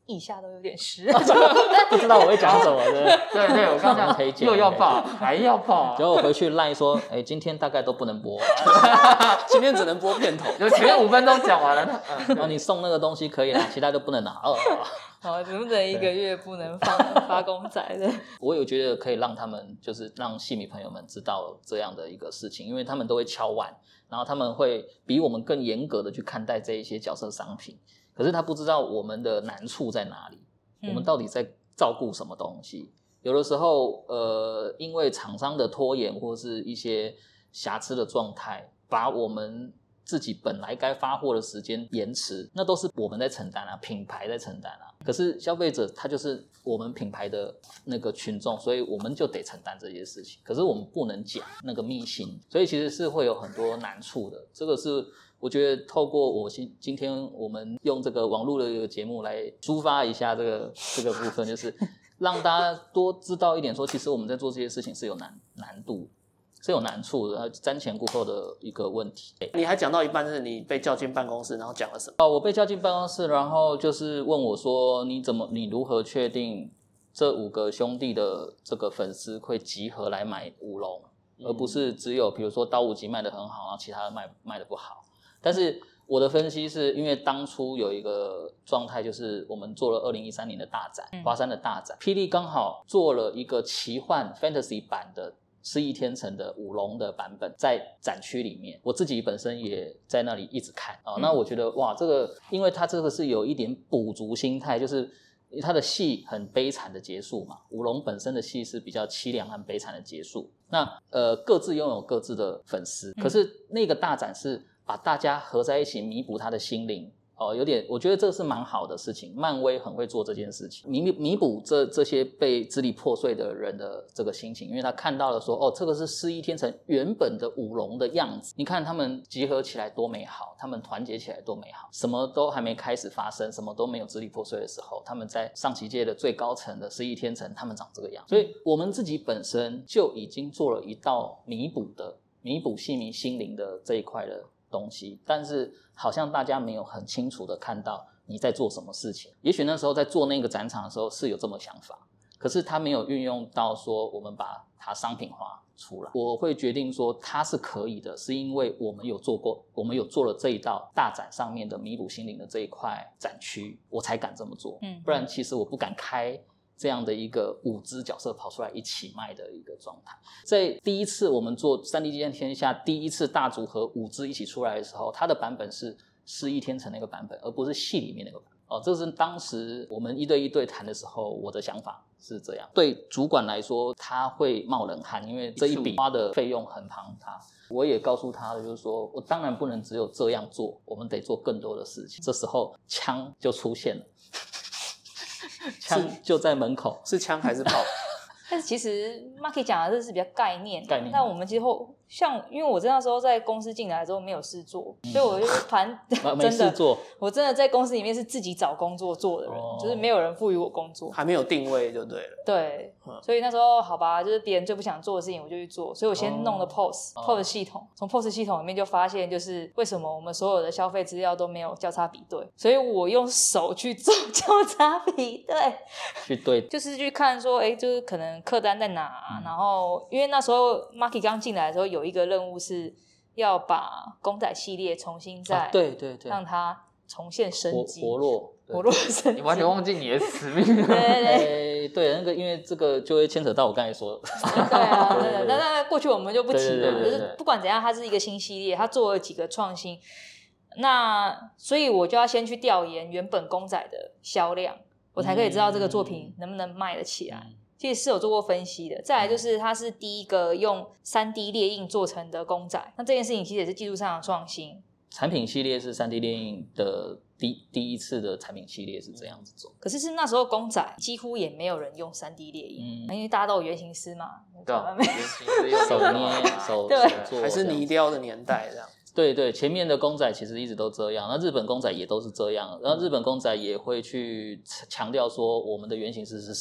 腋下都有点湿， 不知道我会讲什么的。 对对，我刚刚可以又要爆，还要爆， 然后我回去赖说，哎、欸，今天大概都不能播， 今天只能播片头， 就前面五分钟讲完了。 然后你送那个东西可以啦，其他都不能拿。哦， 好，能不能一个月不能发发公仔的？ 我有觉得可以让他们，就是让戏迷朋友们知道这样的一个事情，因为他们都会敲碗，然后他们会比我们更严格的去看待这一些角色商品，可是他不知道我们的难处在哪里，我们到底在照顾什么东西。嗯、有的时候，呃，因为厂商的拖延或是一些瑕疵的状态，把我们自己本来该发货的时间延迟，那都是我们在承担啊，品牌在承担啊。可是消费者他就是我们品牌的那个群众，所以我们就得承担这些事情。可是我们不能讲那个秘辛，所以其实是会有很多难处的。这个是我觉得透过我今今天我们用这个网络的一个节目来抒发一下这个这个部分，就是让大家多知道一点说，其实我们在做这些事情是有难难度。是有难处的，瞻前顾后的一个问题。 你还讲到一半是你被叫进办公室，然后讲了什么？ 哦，我被叫进办公室，然后就是问我说，你怎么，你如何确定这五个兄弟的这个粉丝会集合来买舞龙，嗯、而不是只有比如说刀五级卖得很好，然后其他的卖卖得不好。但是我的分析是因为当初有一个状态，就是我们做了二零一三年的大展，华山的大展，霹雳刚好做了一个奇幻 fantasy 版的失忆天成的舞龙的版本在展区里面，我自己本身也在那里一直看啊、哦。那我觉得哇，这个因为它这个是有一点补足心态，就是它的戏很悲惨的结束嘛，舞龙本身的戏是比较凄凉和悲惨的结束。那呃各自拥有各自的粉丝，可是那个大展是把大家合在一起弥补他的心灵。哦，有点，我觉得这是蛮好的事情。漫威很会做这件事情，弥弥补这这些被支离破碎的人的这个心情，因为他看到了说，哦，这个是失忆天成原本的舞龙的样子。你看他们集合起来多美好，他们团结起来多美好。什么都还没开始发生，什么都没有支离破碎的时候，他们在上期界的最高层的失忆天成，他们长这个样。所以我们自己本身就已经做了一道弥补的弥补戏迷心灵的这一块的东西，但是好像大家没有很清楚的看到你在做什么事情。也许那时候在做那个展场的时候是有这么想法，可是他没有运用到说我们把它商品化出来。我会决定说它是可以的，是因为我们有做过，我们有做了这一道大展上面的弥补心灵的这一块展区，我才敢这么做。嗯，不然其实我不敢开这样的一个五只角色跑出来一起卖的一个状态。在第一次我们做 三 D 极限天下第一次大组合五只一起出来的时候，它的版本是失忆天成那个版本，而不是戏里面那个版本。哦，这是当时我们一对一对谈的时候，我的想法是这样。对主管来说，他会冒冷汗，因为这一笔花的费用很庞大。我也告诉他的就是说，我当然不能只有这样做，我们得做更多的事情。这时候枪就出现了。枪就在门口， 是枪还是炮？ 但是其实 Marky 讲的这是比较概念， 概念。 但我们其实后像，因为我那时候在公司进来之后没有事做，嗯、所以我就盘没事做。 我真的在公司里面是自己找工作做的人，哦、就是没有人赋予我工作， 还没有定位就对了。 对，嗯、所以那时候好吧，就是别人最不想做的事情我就去做，所以我先弄了 P O S、哦、P O S 系统，从 P O S 系统里面就发现，就是为什么我们所有的消费资料都没有交叉比对，所以我用手去做交叉比对， 去对， 就是去看说，哎，就是可能客单在哪、嗯，然后因为那时候 Marky 刚进来的时候有一个任务是要把公仔系列重新再、 啊、对对对， 让它重现生机， 活络活络生机， 你完全忘记你的使命了。 对对对、 欸、对，那个因为这个就会牵扯到我刚才说的。 对啊，对对对，但那过去我们就不提了， 对对对对对， 就是不管怎样，它是一个新系列，它做了几个创新，那所以我就要先去调研原本公仔的销量，我才可以知道这个作品能不能卖得起来。嗯，其实是有做过分析的。再来就是它是第一个用 三 D 列印做成的公仔，那这件事情其实也是技术上的创新。 产品系列是 三 D 列印的第第一次的产品系列是这样子做， 可是是那时候公仔几乎也没有人用 三 D 列印、嗯、因为大家都有原型师嘛， 对啊，原型师用手捏手做， 还是泥雕的年代这样。 对对，前面的公仔其实一直都这样，那日本公仔也都是这样，然后日本公仔也会去强调说我们的原型师是谁，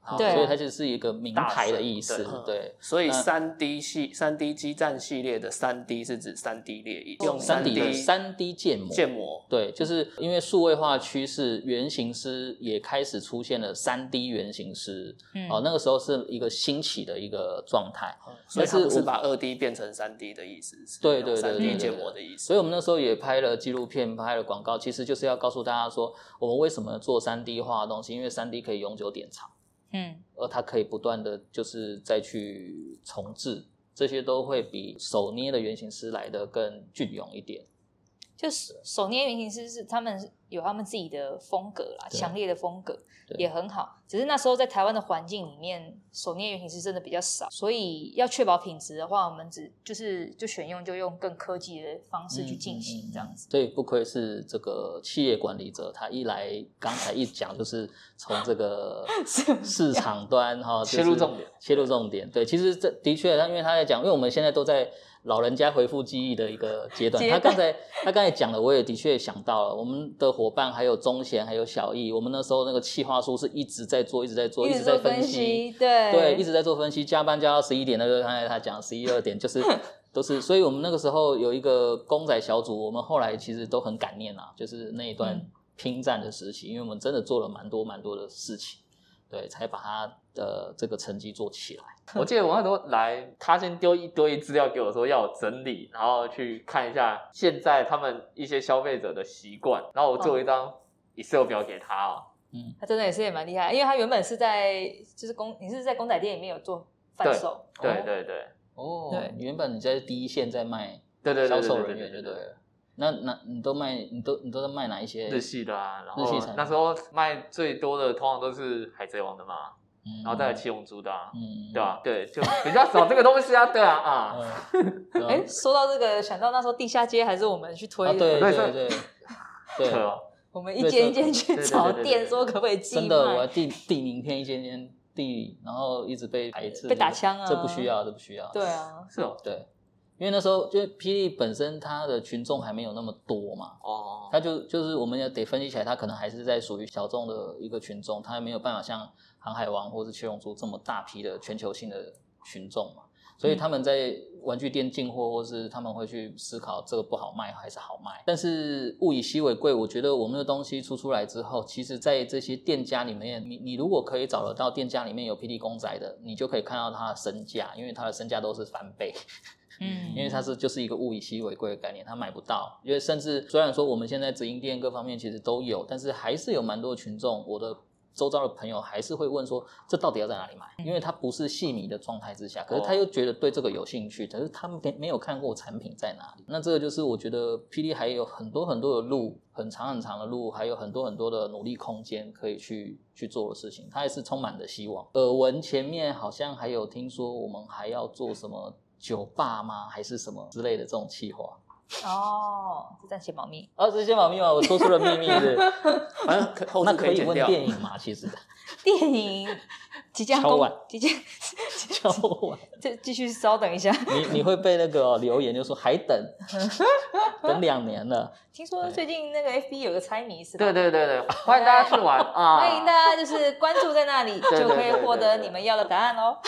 对， 所以它就是一个名牌的意思。对，对所以三 D 系三 D 基站系列的三 D 是指三 D 列印，用三 D 三 D 建模。 建模， 对，就是因为数位化趋势，原型师也开始出现了三 D 原型师。嗯，哦，那个时候是一个兴起的一个状态。 嗯、所以它不是把二 D 变成三 D 的意思， 对对对， 三 D 建模的意思。 所以我们那时候也拍了纪录片，拍了广告，其实就是要告诉大家说，我们为什么做三 D 化的东西，因为三 D 可以永久典藏。嗯，而它可以不断的就是再去重置，这些都会比手捏的原型师来的更隽永一点。 就是手捏原型师是他们有他们自己的风格啦，强烈的风格也很好。只是那时候在台湾的环境里面，手捏原型师真的比较少，所以要确保品质的话，我们只就是就选用就用更科技的方式去进行这样子。 嗯嗯嗯、所以不愧是这个企业管理者，他一来刚才一讲就是从这个市场端哈、就是、 切入重点， 切入重点。对，其实这的确，因为他在讲，因为我们现在都在老人家回复记忆的一个阶段。他刚才他刚才讲了，我也的确想到了，我们的伙伴还有钟贤还有小易，我们那时候那个企划书是一直在做，一直在做，一直在分析， 对对，一直在做分析，加班加到十一点，那个刚才他讲十一二点，就是都是，所以我们那个时候有一个公仔小组，我们后来其实都很感念啊，就是那一段拼战的时期，因为我们真的做了蛮多蛮多的事情。对，才把他的这个成绩做起来。 我记得我那时候来，他先丢一堆资料给我说要我整理，然后去看一下现在他们一些消费者的习惯，然后我做一张 Excel 表给他哦。 嗯，他真的也是也蛮厉害，因为他原本是在就是公，你是在公仔店里面有做贩售。 对对对。 哦，对，原本你在第一线在卖， 对对对， 销售人员就对了。那那你都卖，你都你都在卖哪一些日系的啊？然后那时候卖最多的通常都是海贼王的嘛，嗯、然后再来七龙珠的、啊，嗯，对吧、啊？对，就比较少这个东西啊，对啊啊。 哎、嗯，说到这个，想到那时候地下街还是我们去推的， 啊、对对对对，对啊， 我们一间一间去找店，说可不可以寄卖。 真的，我递递名片一间间递，然后一直被排斥， 被打枪啊， 这不需要，这不需要。 对啊， 是哦， 对。因为那时候就霹雳本身它的群众还没有那么多嘛，哦，它就就是我们也得分析起来，它可能还是在属于小众的一个群众，它还没有办法像航海王或是七龙珠这么大批的全球性的群众嘛，所以他们在玩具店进货，或是他们会去思考这个不好卖还是好卖。但是物以稀为贵，我觉得我们的东西出出来之后，其实在这些店家里面，你你如果可以找得到店家里面有霹雳公仔的，你就可以看到它的身价，因为它的身价都是翻倍。嗯，因为它是就是一个物以稀为贵的概念，它买不到。因为甚至虽然说我们现在直营店各方面其实都有，但是还是有蛮多群众，我的周遭的朋友还是会问说，这到底要在哪里买？因为他不是戏迷的状态之下，可是他又觉得对这个有兴趣，可是他没没有看过产品在哪里。那这个就是我觉得霹雳还有很多很多的路，很长很长的路，还有很多很多的努力空间可以去去做的事情，它也是充满着希望。耳闻前面好像还有听说我们还要做什么酒吧吗？还是什么之类的这种企划？ 哦，这暂且保密。 哦，这些保密吗？我说出了秘密是。 反正后那可以问电影吗？其实电影即将敲碗， 即将敲碗。 这继续稍等一下。 你你会被那个、哦、留言就说还等，等两年了。 听说最近那个 F B 有个猜谜是吧？ 对对对对，欢迎大家去玩啊！ 欢迎大家就是关注在那里，就可以获得你们要的答案哦。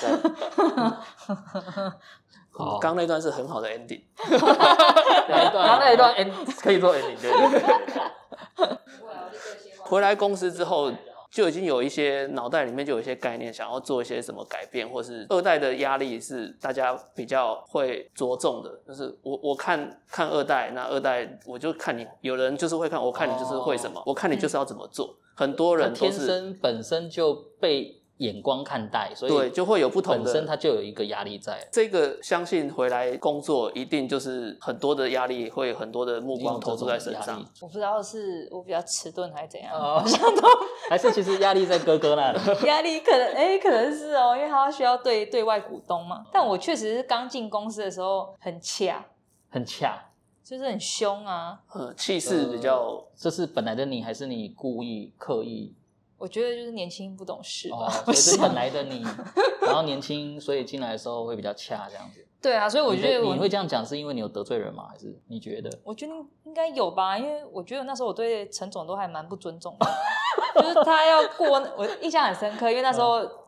好，刚那段是很好的 ending。 哪一段？刚那一段 end 可以做 ending， 对对对。 回来公司之后，就已经有一些脑袋里面就有一些概念，想要做一些什么改变，或是二代的压力是大家比较会着重的。就是我我看看二代，那二代我就看你，有人就是会看，我看你就是会什么，哦、我看你就是要怎么做。很多人都是天生本身就被眼光看待，所以对就会有不同的， 本身它就有一个压力在。 这个相信回来工作一定就是很多的压力，会有很多的目光投注在身上。 我不知道是我比较迟钝还是怎样， 哦、还是其实压力在哥哥那里。 压力可能哎、欸，可能是哦，因为他需要对对外股东嘛。但我确实是刚进公司的时候很恰， 很恰， 就是很凶啊， 嗯，气势比较、呃。 这是本来的你，还是你故意刻意？ 我觉得就是年轻不懂事吧， 哦、所以是本来的你，然后年轻，所以进来的时候会比较恰这样子。 对啊，所以我觉得我你会这样讲，是因为你有得罪人吗？还是你觉得？ 我觉得应该有吧，因为我觉得那时候我对陈总都还蛮不尊重的，就是他要过，我印象很深刻，因为那时候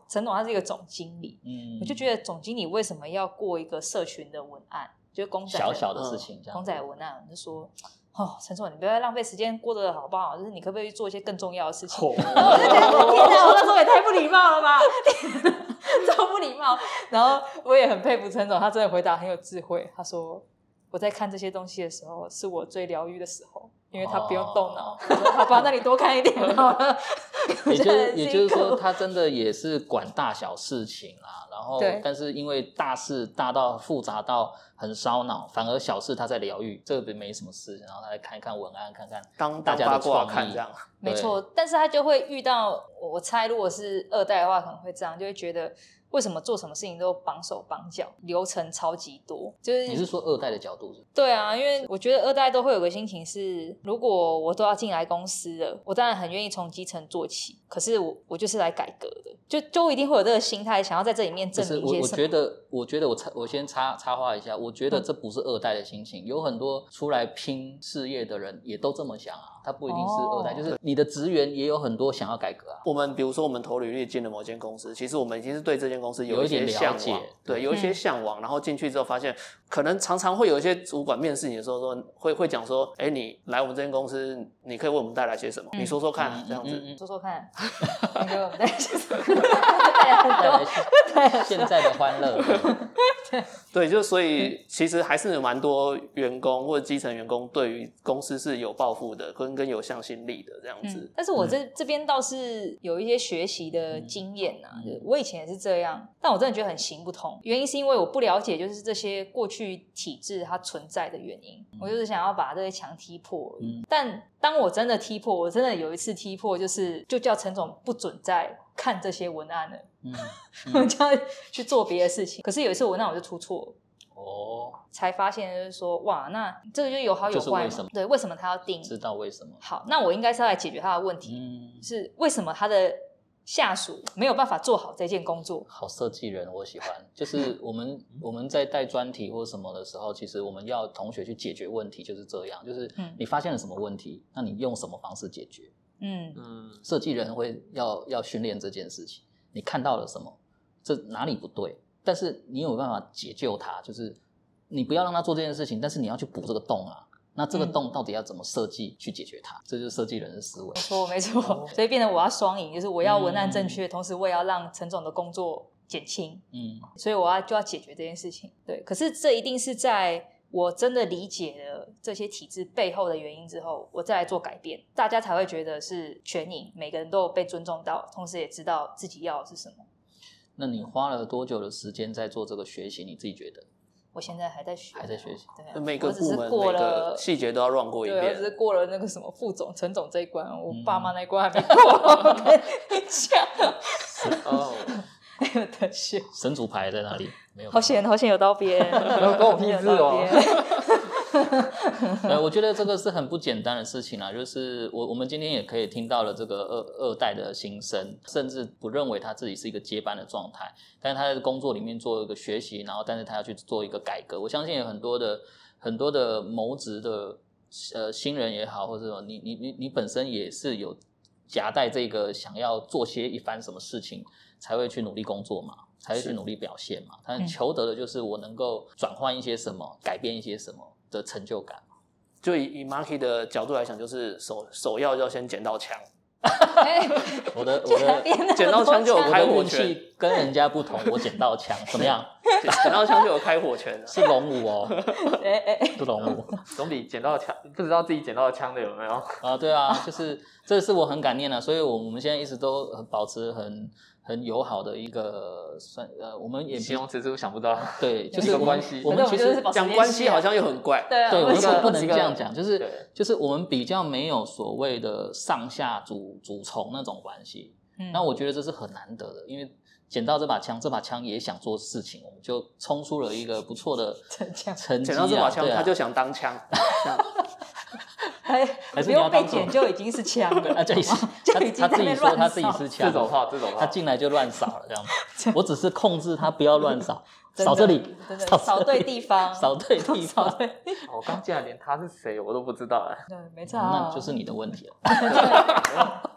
陈总他是一个总经理，嗯，我就觉得总经理为什么要过一个社群的文案，就是公仔的小小的事情，这样公仔文案，我就说。哦，陈总，你不要再浪费时间过得好不好？就是你可不可以做一些更重要的事情？哦、然后我就觉得，天哪，我那时候也太不礼貌了吧，超不礼貌。然后我也很佩服陈总，他真的回答很有智慧。他说，我在看这些东西的时候，是我最疗愈的时候，因为他不用动脑。哦、好吧，那你多看一点好了。 也就是也就是说，他真的也是管大小事情啦。然后，但是因为大事大到复杂到很烧脑，反而小事他在疗愈，这个没什么事，然后他来看一看文案，看看当大家的创意， 看这样。 没错，但是他就会遇到，我猜如果是二代的话，可能会这样，就会觉得为什么做什么事情都绑手绑脚，流程超级多。就是你是说二代的角度是？ 对啊，因为我觉得二代都会有个心情是，如果我都要进来公司了，我当然很愿意从基层做起，可是我我就是来改革的，就就一定会有这个心态，想要在这里面证明一些什么。 我我觉得，我觉得我插我先插插话一下，我觉得这不是二代的心情，嗯、有很多出来拼事业的人也都这么想啊，他不一定是二代，哦、就是你的职员也有很多想要改革啊。 我们比如说我们投履历进了某间公司，其实我们已经是对这间公司有一些向往，对，有一些向往，然后进去之后发现，可能常常会有一些主管面试你的时候说，会会讲说，哎，你来我们这间公司，你可以为我们带来些什么？嗯、你说说看，嗯、这样子， 嗯嗯、说说看，你给我们带来些什么？ 带来现在的欢乐。 对，就所以其实还是有蛮多员工或者基层员工对于公司是有抱负的，跟跟有向心力的这样子。 嗯、但是我这、嗯、这边倒是有一些学习的经验啊，嗯、我以前也是这样，但我真的觉得很行不通。原因是因为我不了解，就是这些过去体制它存在的原因，嗯、我就是想要把这些墙踢破而已。嗯、但当我真的踢破，我真的有一次踢破，就是就叫陈总不准再看这些文案了。嗯，我就要去做别的事情。可是有一次文案我就出错了，哦，才发现就是说，哇，那这个就有好有坏嘛。 就是为什么？ 对，为什么他要定？ 知道为什么？ 好，那我应该是要来解决他的问题，嗯、是为什么他的下属没有办法做好这件工作？ 好设计人，我喜欢。就是我们我们在带专题或什么的时候，其实我们要同学去解决问题，就是这样。就是你发现了什么问题，那你用什么方式解决？嗯嗯，设计人会要要训练这件事情。你看到了什么？这哪里不对？但是你有办法解救它，就是你不要让他做这件事情，但是你要去补这个洞啊。那这个洞到底要怎么设计去解决它？嗯、这就是设计人的思维。 没错，没错。哦、所以变成我要双赢，就是我要文案正确，嗯、同时我也要让陈总的工作减轻。嗯，所以我要就要解决这件事情。对，可是这一定是在我真的理解了这些体制背后的原因之后，我再来做改变，大家才会觉得是全赢，每个人都有被尊重到，同时也知道自己要的是什么。 那你花了多久的时间在做这个学习？你自己觉得？ 我现在还在学， 还在学习。 对， 每个部门每个细节都要 run 过一遍。 对，我只是过了那个什么副总、陈总这一关，我爸妈那一关还没过。我跟你讲，哦，没有得选。 神主牌在哪里？没有。 好险，好险有刀边， 没有关我屁事哦。 呃，我觉得这个是很不简单的事情啊，就是我我们今天也可以听到了这个二二代的心声，甚至不认为他自己是一个接班的状态，但是他在工作里面做一个学习，然后但是他要去做一个改革。我相信有很多的很多的谋职的呃新人也好，或者说你你你你本身也是有夹带这个想要做些一番什么事情，才会去努力工作嘛，才会去努力表现嘛。但求得的就是我能够转换一些什么，改变一些什么的成就感。 就以以 Marky 的角度来讲，就是首首要要先捡到枪。 我的我的捡到枪就有开火权， 跟人家不同，我捡到枪怎么样？ 捡到枪就有开火权， 是龙武哦，是龙武， 总比捡到枪不知道自己捡到枪的有没有啊？对啊，就是这是我很感念的，所以我们现在一直都保持很很友好的一个算呃，我们也形容词是不是想不到？ 对，就是有关系。 我们其实讲关系好像又很怪， 对， 对，我们不能这样讲，就是就是我们比较没有所谓的上下主主从那种关系。嗯，那我觉得这是很难得的，因为捡到这把枪，这把枪也想做事情，我们就冲出了一个不错的成绩、啊。 捡到这把枪，他就想当枪。 还还不用被捡就已经是枪了， 啊，就已经他他自己说他自己是枪， 这种话这种话， 他进来就乱扫了这样子。我只是控制他不要乱扫，扫这里， 扫扫对地方， 扫对地方。 我刚进来连他是谁我都不知道哎。 对，没错， 那就是你的问题了。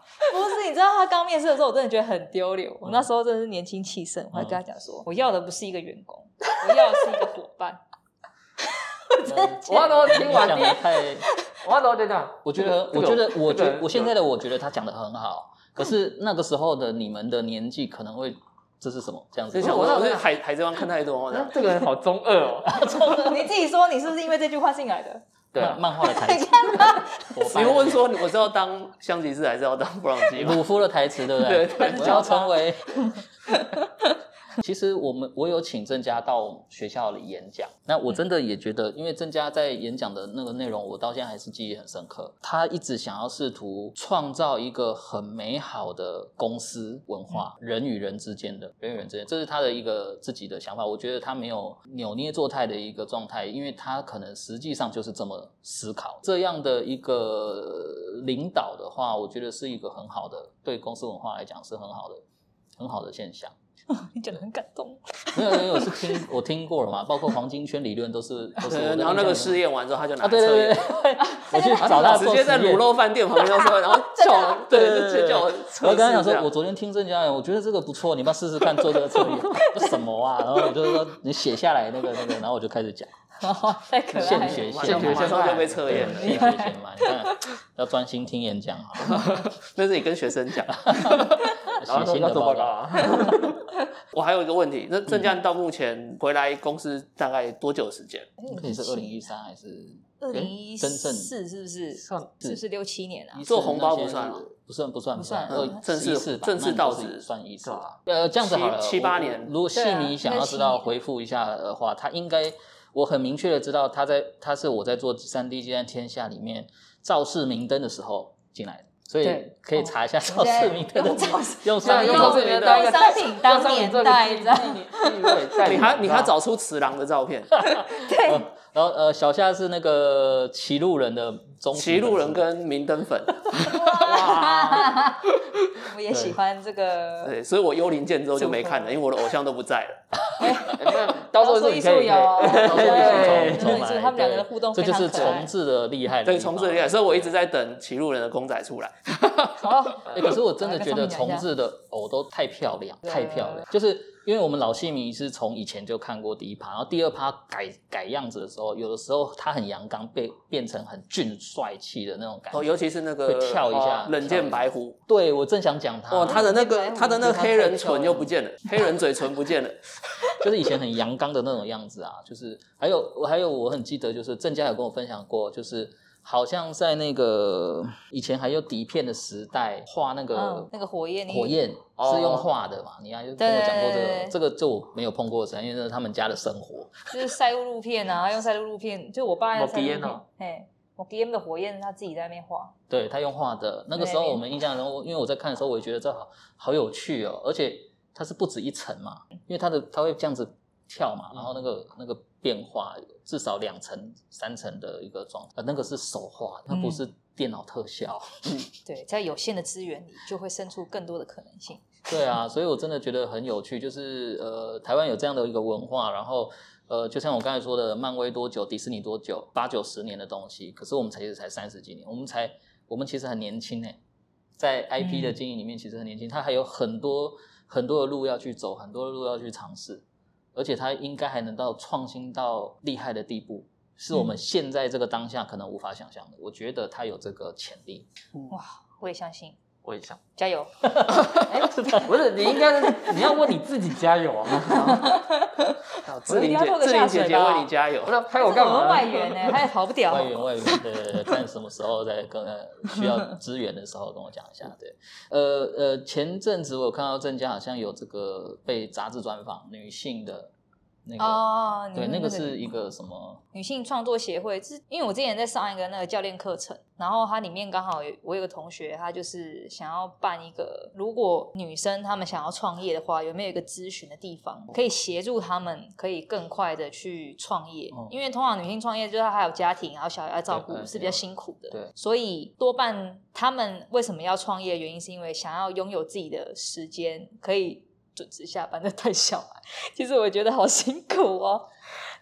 不是，你知道他刚面试的时候，我真的觉得很丢脸。我那时候真的是年轻气盛，我还跟他讲说，我要的不是一个员工，我要的是一个伙伴。 我那时候听完第一， 太， 我那时候就这样， 我觉得，我觉得，我觉得，我现在的我觉得他讲的很好，可是那个时候的你们的年纪可能会。这是什么？这样子？ 像我我是海海贼王看太多， 这个人好中二哦。 你自己说，你是不是因为这句话进来的？ 对啊，漫画的台词。 你会问说，我是要当香吉士还是要当布朗基？ 鲁夫的台词，对不对？ 对对， 我要成为。其实我们我有请郑家到学校里演讲，那我真的也觉得，因为郑家在演讲的那个内容，我到现在还是记忆很深刻。他一直想要试图创造一个很美好的公司文化，嗯、人与人之间的，人与人之间，这是他的一个自己的想法。我觉得他没有扭捏作态的一个状态，因为他可能实际上就是这么思考。这样的一个领导的话，我觉得是一个很好的，对公司文化来讲是很好的，很好的现象。 你讲得很感动。 没有，因为我是听我听过了嘛，包括黄金圈理论都是都是我的。 然后那个试验完之后，他就拿来测验。啊，对对对，我去找他直接在卤肉饭店旁边说，然后叫我，对对对，叫我测试。 我跟他讲说，我昨天听郑家人，我觉得这个不错，你要试试看做这个测验。什么啊？然后我就说你写下来那个那个，然后我就开始讲。 太可爱了， 现学现学，马上就被测验了。 现学现卖，你看要专心听演讲啊。 那是你跟学生讲， 写新的报告啊。 我还有一个问题，那郑家到目前回来公司大概多久时间？ 你是二零一三还是二零一四？是不是？算是不是六七年啊？ 做红包不算， 不算不算不算， 正式正式到职算一次。呃，这样子好了， 七八年。 如果细迷想要知道回复一下的话，他应该。我很明确的知道他在他是我在做 三 D 接案天下里面造势明灯的时候进来的，所以可以查一下造势明灯的用商用商品当年代， 你还你还找出慈郎的照片， 对。 然后呃，小夏是那个骑路人的忠骑路人跟明灯粉， 哇！我也喜欢这个， 对，所以我幽灵剑之后就没看了，因为我的偶像都不在了。 到时候是你可以， 对，他们两个的互动这就是重置的厉害， 对，重置的厉害，所以我一直在等骑路人的公仔出来。 好， 可是我真的觉得重置的偶都太漂亮，太漂亮，就是。因为我们老戏迷是从以前就看过第一趴，然后第二趴改改样子的时候，有的时候他很阳刚，被变成很俊帅气的那种感觉。 哦，尤其是那个会跳一下， 冷剑白狐。 对，我正想讲他。 哦，他的那个他的那个黑人唇又不见了，黑人嘴唇不见了， 就是以前很阳刚的那种样子啊。就是还有我还有我很记得，就是郑家有跟我分享过，就是。好像在那个以前还有底片的时代，画那个、 嗯、那个火焰， 火焰是用画的嘛？你还就跟我讲过这个，这个就我没有碰过，因为那是他们家的生活。 就是晒露露片啊，用晒露露片，就我爸用晒露露片，嘿，我 D M 的火焰他自己在那边画， 对他用画的。那个时候我们印象中，因为我在看的时候，我也觉得这好好有趣哦，而且它是不止一层嘛，因为它的它会这样子跳嘛，然后那个那个。变化至少两层、三层的一个状态，呃，那个是手画，那不是电脑特效。 嗯，对，在有限的资源里，就会生出更多的可能性。 对啊，所以我真的觉得很有趣，就是呃，台湾有这样的一个文化，然后呃，就像我刚才说的，漫威多久，迪士尼多久，八九十年的东西，可是我们才其实才三十几年，我们才我们其实很年轻哎，在 I P 的经营里面其实很年轻，它还有很多很多的路要去走，很多的路要去尝试。而且它应该还能到创新到厉害的地步，是我们现在这个当下可能无法想象的。我觉得它有这个潜力。 哇，我也相信， 我也想加油。 哎，不是，你应该你要为你自己加油啊！ 志玲姐，志玲姐姐为你加油。 那拍我干嘛？ 外援呢？他也跑不掉。 外援，外援，对对对，看什么时候再跟需要支援的时候跟我讲一下。对，呃呃，前阵子我有看到郑家好像有这个被杂志专访女性的。那个哦， 对，那个是一个什么女性创作协会？是因为我之前在上一个那个教练课程，然后它里面刚好有我有个同学，他就是想要办一个，如果女生她们想要创业的话，有没有一个咨询的地方，可以协助她们可以更快的去创业？哦、因为通常女性创业就是她还有家庭，还有小孩要照顾，是比较辛苦的。 对， 所以多半她们为什么要创业？原因是因为想要拥有自己的时间，可以准时下班的带小孩，其实我觉得好辛苦哦。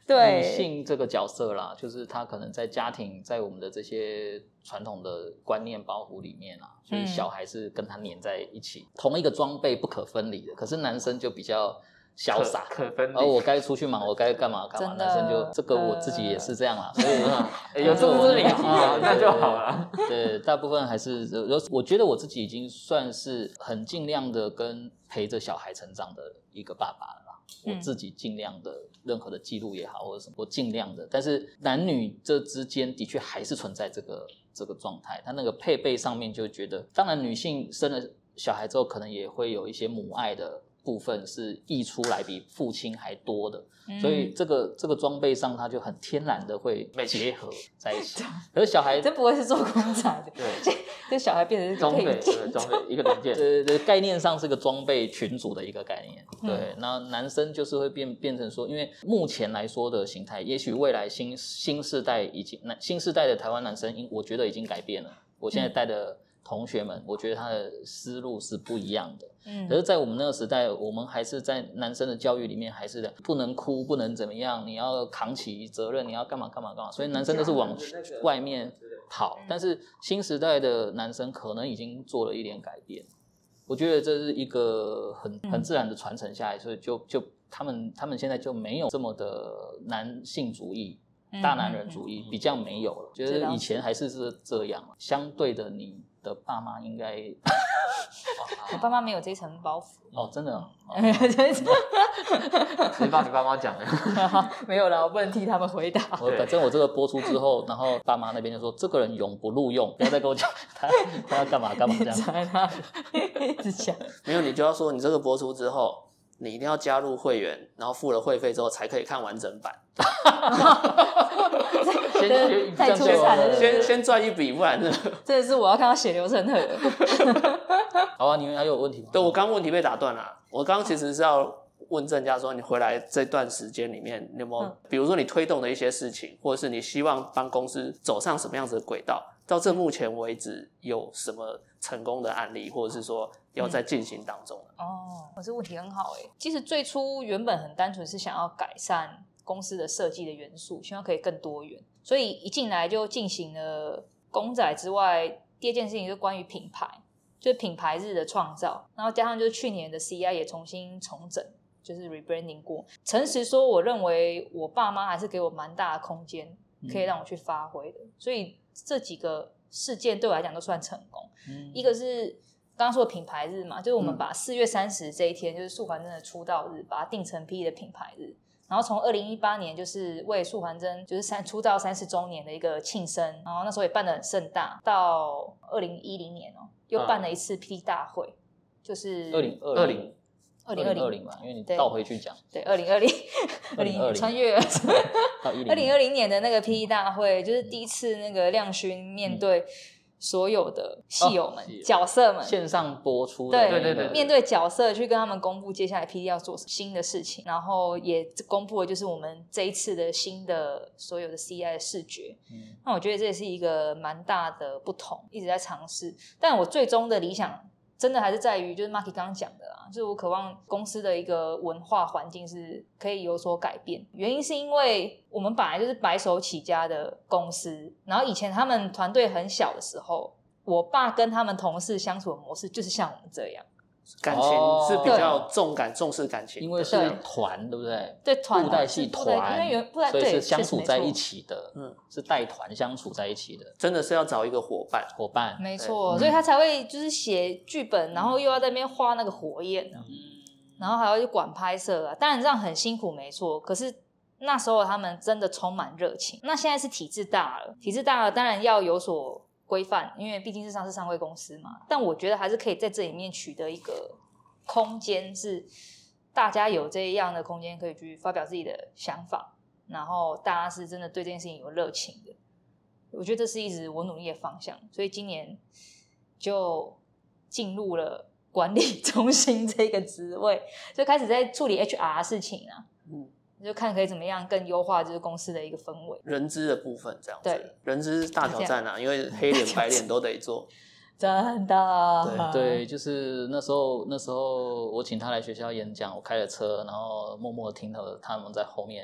对女性这个角色啦，就是她可能在家庭，在我们的这些传统的观念包袱里面啊，所以小孩是跟她黏在一起，嗯、同一个装备不可分离的。可是男生就比较潇洒， 可分离。 而我该出去忙，我该干嘛干嘛，男生就这个我自己也是这样啦，所以、 欸、有这么多理解啊，那就好了。 对，大部分还是我觉得我自己已经算是很尽量的跟陪着小孩成长的一个爸爸了啦。我自己尽量的，任何的记录也好，或者什么，我尽量的。但是男女这之间的确还是存在这个这个状态，他那个配备上面就觉得，当然女性生了小孩之后，可能也会有一些母爱的部分是溢出来比父亲还多的，嗯、所以这个这个装备上，它就很天然的会结合在一起。可是小孩真不会是做公仔的， 对， 这小孩变成是装备，装备一个零件， 对对，概念上是个装备群组的一个概念。对，那、嗯、男生就是会变变成说，因为目前来说的形态，也许未来新新世代已经新世代的台湾男生，我觉得已经改变了。我现在带的同学们，我觉得他的思路是不一样的。嗯，可是，在我们那个时代，我们还是在男生的教育里面，还是不能哭，不能怎么样，你要扛起责任，你要干嘛干嘛干嘛。所以男生都是往外面跑。但是新时代的男生可能已经做了一点改变。我觉得这是一个很很自然的传承下来，所以就就他们他们现在就没有这么的男性主义。大男人主义比较没有了，觉得以前还是是这样。相对的，你的爸妈应该， 我爸妈没有这层包袱哦，真的、哦， 谁帮你爸妈讲的？ 没有啦，我不能替他们回答。 我反正我这个播出之后，然后爸妈那边就说这个人永不录用，不要再跟我讲他他要干嘛干嘛这样。 一直讲， 没有你就要说你这个播出之后。你一定要加入会员，然后付了会费之后才可以看完整版。 先学太出彩了， 先先赚一笔，不然真的。 真的是我要看到血流成河。 好啊，你们还有问题吗？ 对，我刚刚问题被打断了。我刚刚其实是要问郑家说，你回来这段时间里面，你有没有，嗯、比如说你推动的一些事情，或者是你希望帮公司走上什么样子的轨道？到这目前为止有什么成功的案例，或者是说要在进行当中、 嗯、哦，我这问题很好耶。其实最初原本很单纯是想要改善公司的设计的元素，希望可以更多元，所以一进来就进行了公仔之外，第二件事情就是关于品牌，就是品牌日的创造，然后加上就是去年的 C I 也重新重整，就是 rebranding 过。诚实说，我认为我爸妈还是给我蛮大的空间可以让我去发挥的、嗯、所以这几个事件对我来讲都算成功、嗯、一个是刚刚说的品牌日嘛，就是我们把四月三十这一天、嗯、就是素还真的出道日把它定成 P E 的品牌日，然后从二零一八年就是为素还真就是三出道三十周年的一个庆生，然后那时候也办得很盛大，到二零一零年哦又办了一次 P E 大会、嗯、就是二零二零二零二零嘛，因为你倒回去讲， 对，二零二零，二零穿越二零二零年的那个 P E 大会，就是第一次那个亮勋面对所有的戏友们、哦、角色们线上播出的， 对对对对， 面对角色去跟他们公布接下来 P E 要做新的事情，然后也公布了就是我们这一次的新的所有的 C I 的视觉、嗯、那我觉得这也是一个蛮大的不同，一直在尝试，但我最终的理想真的还是在于就是 Maki 刚刚讲的啦，就是我渴望公司的一个文化环境是可以有所改变，原因是因为我们本来就是白手起家的公司，然后以前他们团队很小的时候，我爸跟他们同事相处的模式就是像我们这样， 感情是比较重感重视感情， 因为是团，对不对？ 对，团布袋戏团， 因为布袋所以是相处在一起的，嗯，是带团相处在一起的， 真的是要找一个伙伴， 伙伴， 没错，所以他才会就是写剧本，然后又要在那边画那个火焰、啊嗯、然后还要去管拍摄啊，当然这样很辛苦，没错，可是那时候他们真的充满热情。那现在是体制大了，体制大了，当然要有所规范，因为毕竟是上市上柜公司嘛，但我觉得还是可以在这里面取得一个空间，是大家有这样的空间可以去发表自己的想法，然后大家是真的对这件事情有热情的，我觉得这是一直我努力的方向，所以今年就进入了管理中心这个职位，就开始在处理 H R 事情啊，嗯，就看可以怎么样更优化就是公司的一个氛围， 人资的部分这样子， 对， 人资大挑战啊，因为黑脸白脸都得做， 真的， 对对，就是那时候那时候我请他来学校演讲，我开了车，然后默默听到他们在后面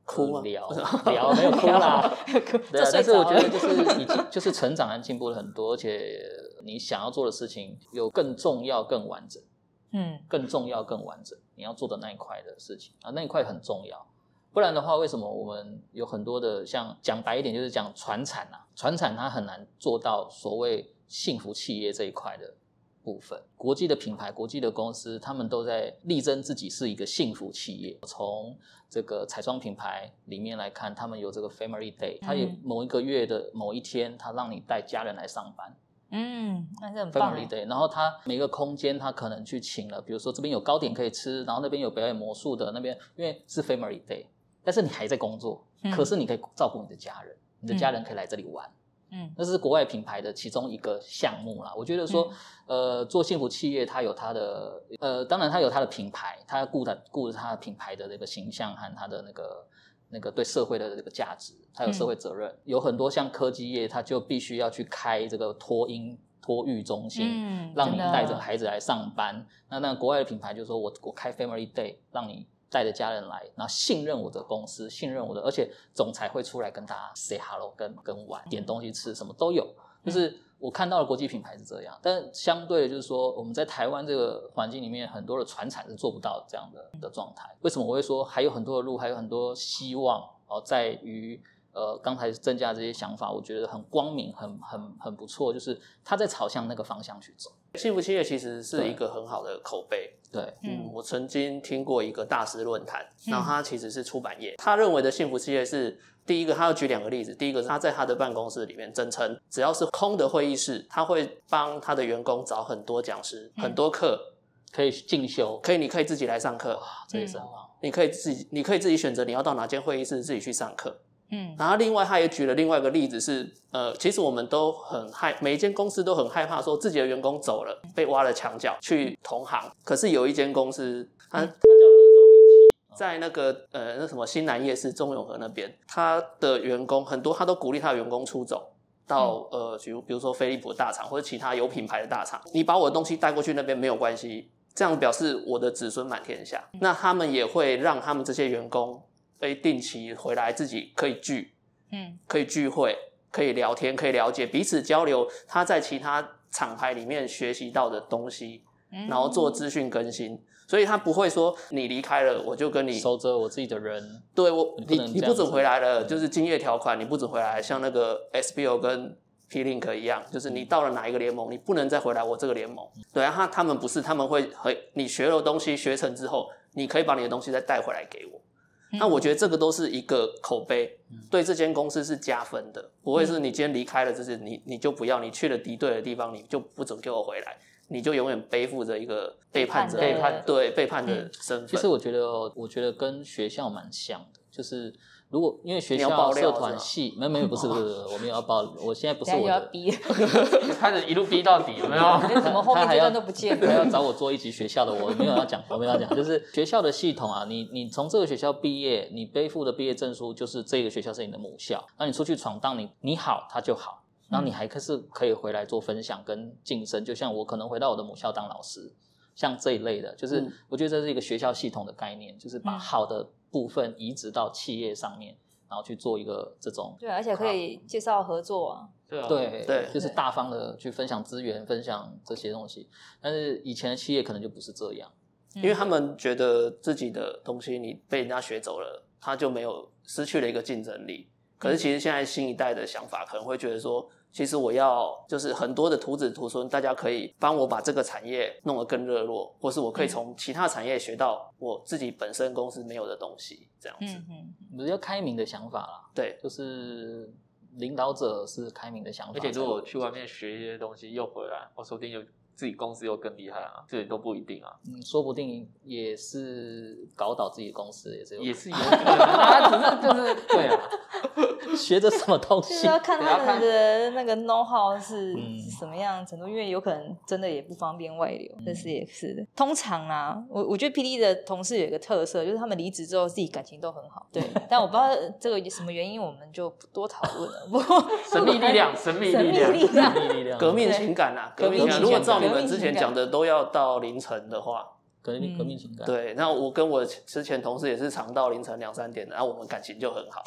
哭吗？ 聊聊没有哭啦，对啊，但是我觉得就是已经就是成长和进步了很多，而且你想要做的事情有更重要、更完整，嗯，更重要、更完整，你要做的那一块的事情啊，那一块很重要。不然的话，为什么我们有很多的像讲白一点，就是讲传产啊，传产它很难做到所谓幸福企业这一块的部分。国际的品牌、国际的公司，他们都在力争自己是一个幸福企业。从这个彩妆品牌里面来看，他们有这个 Family Day， 它有某一个月的某一天，它让你带家人来上班。 嗯，那是很棒。 Family Day， 然后它每个空间它可能去请了，比如说这边有糕点可以吃，然后那边有表演魔术的，那边因为是 Family Day。但是你还在工作，嗯、可是你可以照顾你的家人，你的家人可以来这里玩，嗯，那是国外品牌的其中一个项目啦。我觉得说，嗯、呃，做幸福企业，它有它的，呃，当然它有它的品牌，它顾的顾着它的品牌的这个形象和它的那个那个对社会的这个价值，它有社会责任。嗯、有很多像科技业，它就必须要去开这个托婴托育中心，嗯、让你带着孩子来上班。那那国外的品牌就说我我开 Family Day， 让你带着家人来，然后信任我的公司，信任我的，而且总裁会出来跟大家 say hello， 跟跟玩，点东西吃，什么都有。就是我看到的国际品牌是这样，但相对的就是说，我们在台湾这个环境里面，很多的传产是做不到这样的的状态。为什么我会说还有很多的路，还有很多希望哦，在于呃刚才增加这些想法，我觉得很光明，很很很不错，就是他在朝向那个方向去走。 幸福企业其实是一个很好的口碑。 对， 嗯，我曾经听过一个大师论坛，然后他其实是出版业，他认为的幸福企业是第一个，他要举两个例子，第一个是他在他的办公室里面声称，只要是空的会议室，他会帮他的员工找很多讲师，嗯、很多课可以进修， 可以你可以自己来上课， 哇，这也是很好， 你可以自己你可以自己选择你要到哪间会议室自己去上课。嗯，然后另外他也举了另外一个例子是，呃，其实我们都很害，每一间公司都很害怕说自己的员工走了，被挖了墙角去同行。可是有一间公司，它它叫合作一期，在那个呃那什么新南夜市中永和那边，他的员工很多，他都鼓励他的员工出走到呃，比如比如说飞利浦的大厂或者其他有品牌的大厂，你把我的东西带过去那边没有关系，这样表示我的子孙满天下。那他们也会让他们这些员工可以定期回来，自己可以聚，嗯，可以聚会，可以聊天，可以了解彼此交流他在其他厂牌里面学习到的东西，嗯、然后做资讯更新。所以他不会说你离开了我就跟你守着我自己的人， 对我你你不, 你不准回来了，就是竞业条款你不准回来，像那个 S B O 跟 P-Link 一样，就是你到了哪一个联盟，你不能再回来我这个联盟。对啊，他他们不是，他们会你学了东西学成之后，你可以把你的东西再带回来给我。那我觉得这个都是一个口碑，对这间公司是加分的，不会是你今天离开了，就是你你就不要，你去了敌对的地方，你就不准给我回来，你就永远背负着一个背叛者、 背叛对背叛的身份。 其实我觉得，我觉得跟学校蛮像的，就是如果因为学校社团系，没有没有不是不是，我没有要爆，我现在不是我的， 要逼， 开始一路逼到底，有没有？ 怎么后面这段都不见了？ 他要找我做一集学校的，我没有要讲，我没有要讲，就是学校的系统啊，你你从这个学校毕业，你背负的毕业证书就是这个学校是你的母校，那你出去闯荡，你你好他就好，然后你还可是可以回来做分享跟晋升，就像我可能回到我的母校当老师。像这一类的，就是我觉得这是一个学校系统的概念，就是把好的部分移植到企业上面，然后去做一个这种对，而且可以介绍合作啊， 对啊， 对对， 就是大方的去分享资源，分享这些东西。但是以前的企业可能就不是这样， 因为他们觉得自己的东西你被人家学走了，他就没有失去了一个竞争力。可是其实现在新一代的想法可能会觉得说，其实我要就是很多的徒子徒孙，大家可以帮我把这个产业弄得更热络，或是我可以从其他产业学到我自己本身公司没有的东西，这样子。 嗯嗯，比较开明的想法啦。 对， 就是领导者是开明的想法。 而且如果去外面学一些东西又回来，我说不定就自己公司又更厉害啊，这也都不一定啊。 嗯，说不定也是搞倒自己的公司，也是有也是有可能啊，只是就是对啊。 学着什么东西？ 就是要看他们的那个 know how 是什么样程度，因为有可能真的也不方便外流，这是也是的。通常啊，我我觉得 P D 的同事有一个特色，就是他们离职之后自己感情都很好。对，但我不知道这个什么原因，我们就不多讨论了。不神秘力量，神秘力量， 神秘力量， 革命情感啊，革命情感。如果照你们之前讲的都要到凌晨的话。 革命革命情感。 对，那我跟我之前同事也是长到凌晨两三点的，然后我们感情就很好。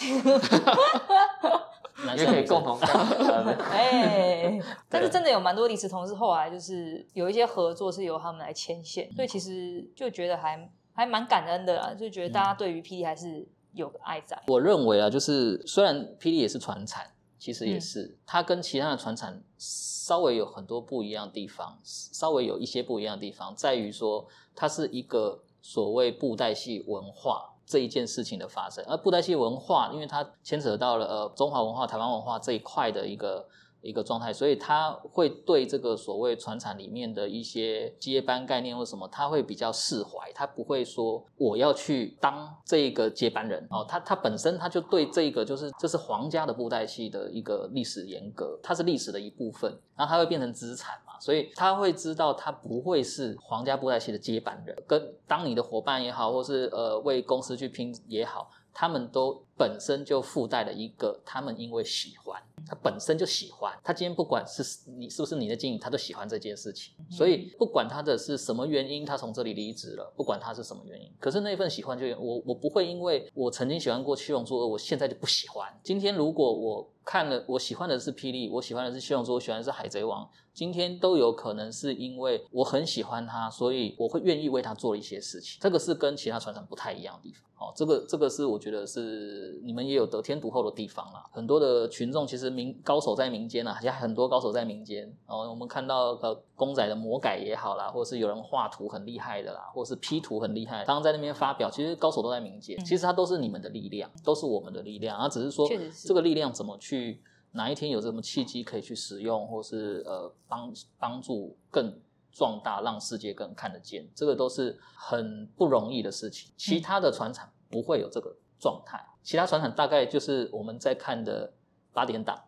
也可以共同干。 哎，但是真的有蛮多离职同事后来就是有一些合作是由他们来牵线，所以其实就觉得还还蛮感恩的啦，就觉得大家对于霹雳还是有个爱在。 我认为啊，就是虽然霹雳也是传产，其实也是、嗯、它跟其他的传产稍微有很多不一样的地方，稍微有一些不一样的地方，在于说它是一个所谓布袋戏文化这一件事情的发生。而布袋戏文化因为它牵扯到了呃中华文化、台湾文化这一块的一个一个状态，所以它会对这个所谓传产里面的一些接班概念或什么，它会比较释怀，它不会说我要去当这个接班人哦，它它本身它就对这个就是这是皇家的布袋戏的一个历史沿革，它是历史的一部分，然后它会变成资产嘛，所以他会知道他不会是皇家布袋戏的接班人，跟当你的伙伴也好，或是呃为公司去拼也好，他们都本身就附带了一个他们因为喜欢，他本身就喜欢，他今天不管是你是不是你的经营，他都喜欢这件事情，所以不管他的是什么原因他从这里离职了，不管他是什么原因，可是那份喜欢就我我不会因为我曾经喜欢过七龙珠而我现在就不喜欢。今天如果我看了我喜欢的是霹雳，我喜欢的是七龙珠，我喜欢的是海贼王，今天都有可能是因为我很喜欢他，所以我会愿意为他做一些事情，这个是跟其他传承不太一样的地方。哦，这个这个是我觉得是你们也有得天独厚的地方啦。很多的群众其实民高手在民间啦，还很多高手在民间。哦，我们看到呃公仔的魔改也好啦，或是有人画图很厉害的啦，或是 P 图很厉害，当在那边发表，其实高手都在民间，其实它都是你们的力量，都是我们的力量，啊，只是说这个力量怎么去哪一天有什么契机可以去使用，或是呃帮帮助更壮大，让世界更看得见，这个都是很不容易的事情。其他的传产不会有这个状态，其他传产大概就是我们在看的八点档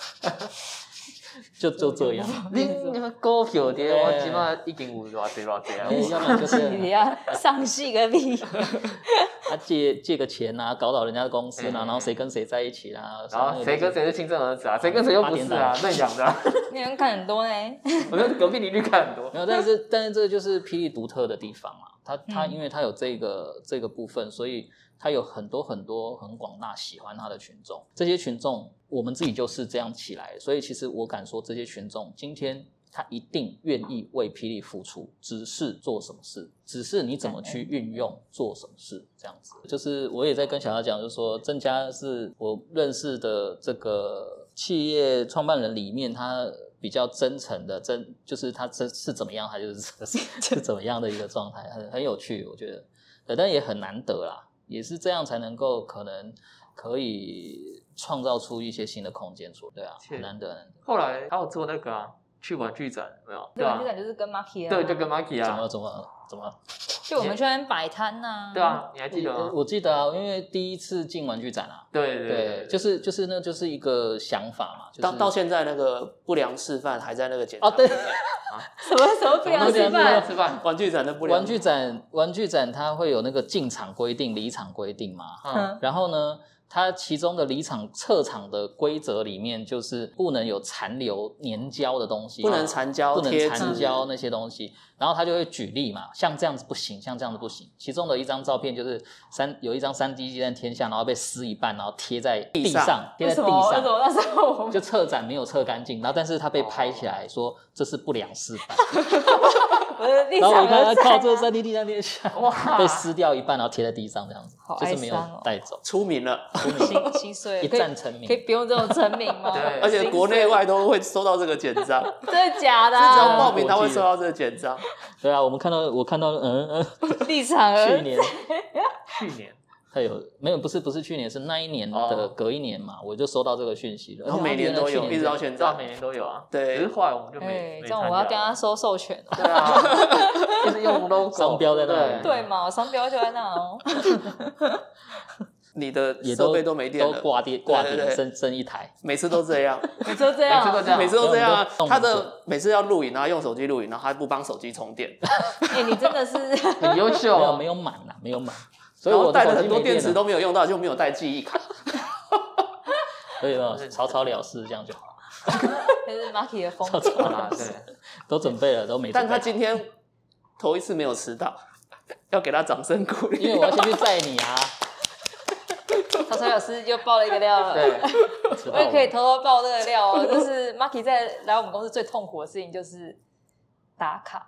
就就这样。 你你们股票跌，我起码已经有偌济偌济啊。 要不然就是你要上戏个屁！ 他借借个钱啊，搞倒人家的公司啊，然后谁跟谁在一起啊， 然后谁跟谁是亲生儿子啊，谁跟谁又不是啊，认养的、啊。 你们看很多呢， 我觉得隔壁邻居看很多。 没有，但是但是这就是霹雳独特的地方啊，它它因为它有这个、嗯、这个部分，所以它有很多很多很广大喜欢它的群众，这些群众我们自己就是这样起来的，所以其实我敢说这些群众今天他一定愿意为霹雳付出，只是做什么事，只是你怎么去运用做什么事，这样子。就是我也在跟小姚讲，就是说郑家是我认识的这个企业创办人里面，他比较真诚的，真就是他是是怎么样，他就是是怎么样的一个状态，很很有趣，我觉得，对，但也很难得啦，也是这样才能够可能可以创造出一些新的空间出来，对啊，很难得，很难得。 后来还有做那个啊。去玩具展有没有？ 对，玩具展就是跟 Marky 啊， 对，就跟 Marky 啊， 怎么怎么怎么？ 就我们去那边摆摊呐。 对啊，你还记得吗？ 我记得啊，因为第一次进玩具展啊。 对对 对, 对, 对，就是就是那就是一个想法嘛。就是、 到到现在那个不良示范还在那个简章哦，对啊， 什么什么不良示范？ 示范玩具展的不良。 玩具展玩具展它会有那个进场规定、离场规定嘛。嗯，然后呢？它其中的离场撤场的规则里面，就是不能有残留粘胶的东西， 不能残胶、 不能残胶那些东西。然后他就会举例嘛，像这样子不行，像这样子不行。其中的一张照片就是三有一张三 D 鸡蛋天下，然后被撕一半，然后贴在地上，贴在地上。 为什么那时候我们就策展没有策干净，然后但是他被拍起来说这是不良示范。然后我看他靠这三 D 地上天下，哇，被撕掉一半，然后贴在地真的样子，就是没有带走， 出名了， 出名心心碎， 一战成名， 可以不用这种成名吗？ 对， 而且国内外都会收到这个简章， 真的假的？ 只要报名他会收到这个简章。 对啊，我们看到我看到嗯嗯， 立场去年去年他有没有？不是不是去年，是那一年的隔一年嘛，我就收到这个讯息了。 然后每年都有，一直到现在， 每年都有啊。 对， 只是后来我们就没。 这样我要跟他收授权。 对啊，一直用 logo 商标在那里。 对嘛，商标就在那哦。 你的设备都没电了， 都挂电挂电升升一台， 每次都这样， 每次都这样， 每次都这样， 每次都这样。他的每次要录影，然后用手机录影，然后他不帮手机充电。 哎，你真的是很优秀， 没有没有满啦，没有满， 所以我带了很多电池都没有用到，就没有带记忆卡。 所以呢，草草了事这样就好了。 这是 Marky 的风格啦，对，都准备了，都没。 但他今天头一次没有迟到。 要给他掌声鼓励， 因为我要先去载你啊。 曹操老师又爆了一个料了， 对， 我也可以偷偷爆这个料哦。就是 Marky 在来我们公司最痛苦的事情就是打卡。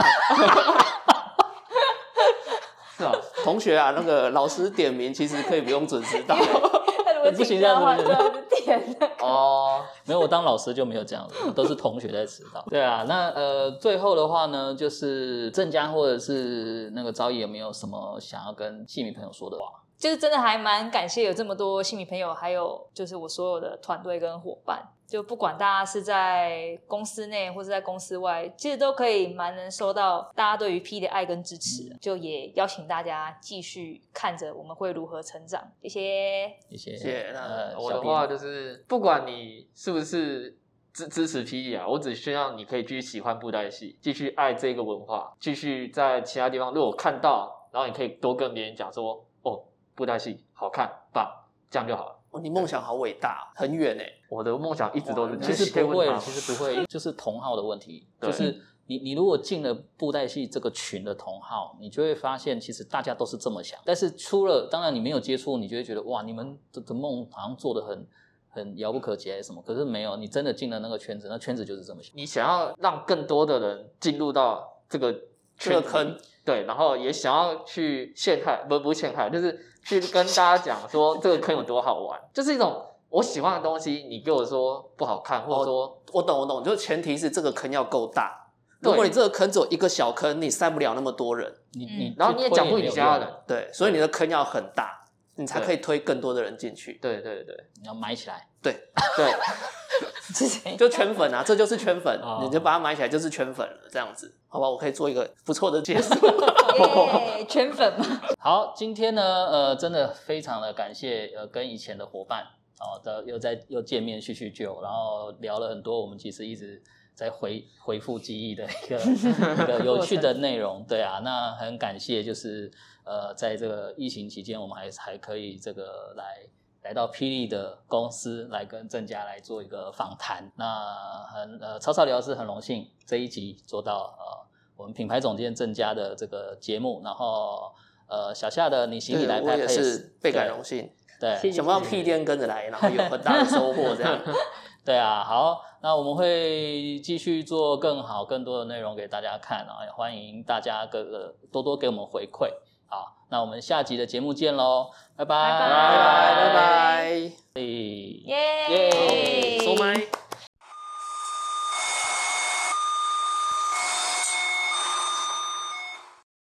是啊， 同学啊，那个老师点名其实可以不用准时到。 不行这样子不行点哦， 没有，我当老师就没有这样子，都是同学在迟到。对啊，那呃，最后的话呢，就是郑家或者是那个昭义有没有什么想要跟戏迷朋友说的话？ 就是真的还蛮感谢有这么多戏迷朋友，还有就是我所有的团队跟伙伴，就不管大家是在公司内或是在公司外，其实都可以蛮能收到大家对于 P 的爱跟支持。就也邀请大家继续看着我们会如何成长。谢谢， 谢谢。 谢谢呃， 我的话就是不管你是不是支支持 P D 啊，我只希望你可以继续喜欢布袋戏，继续爱这个文化，继续在其他地方如果看到，然后你可以多跟别人讲说，哦，布袋戏好看棒，这样就好了。 哦，你梦想好伟大，很远哎。 我的梦想一直都是， 其实不会， 可以问他其实不会，就是同好的问题， 对就是你你如果进了布袋戏这个群的同好，你就会发现其实大家都是这么想，但是除了当然你没有接触，你就会觉得哇，你们的的梦好像做得很很遥不可及还是什么，可是没有，你真的进了那个圈子，那圈子就是这么想。 你想要让更多的人进入到这个这个坑， 对，然后也想要去陷害，不不是陷害，就是去跟大家讲说这个坑有多好玩，就是一种我喜欢的东西，你给我说不好看，或者说、哦、 我懂我懂，就是前提是这个坑要够大。如果你这个坑只有一个小坑，你塞不了那么多人， 你你、嗯、 然后你也讲不赢其他人， 对，所以你的坑要很大，你才可以推更多的人进去。 对对对， 你要埋起来。 对对， 就圈粉啊，这就是圈粉， 哦、 你就把它埋起来就是圈粉了，这样子，好吧？我可以做一个不错的结束。 耶，圈粉嘛。 好，今天呢，呃，真的非常的感谢，呃，跟以前的伙伴哦的又在又见面叙叙旧，然后聊了很多我们其实一直在回回复记忆的一个一个有趣的内容。对啊，那很感谢，就是呃，在这个疫情期间，我们还还可以这个来。来到霹雳的公司来跟郑家来做一个访谈，那很呃草草聊是很荣幸这一集做到呃我们品牌总监郑家的这个节目，然后呃小夏的你行你来拍， 我也是倍感荣幸， 对， 想不到屁颠跟着来，然后有很大的收获这样。 对啊，好，那我们会继续做更好更多的内容给大家看啊，也欢迎大家各个多多给我们回馈。好，那我们下集的节目见喽，拜拜， 拜拜，拜拜， 耶耶， 收麦。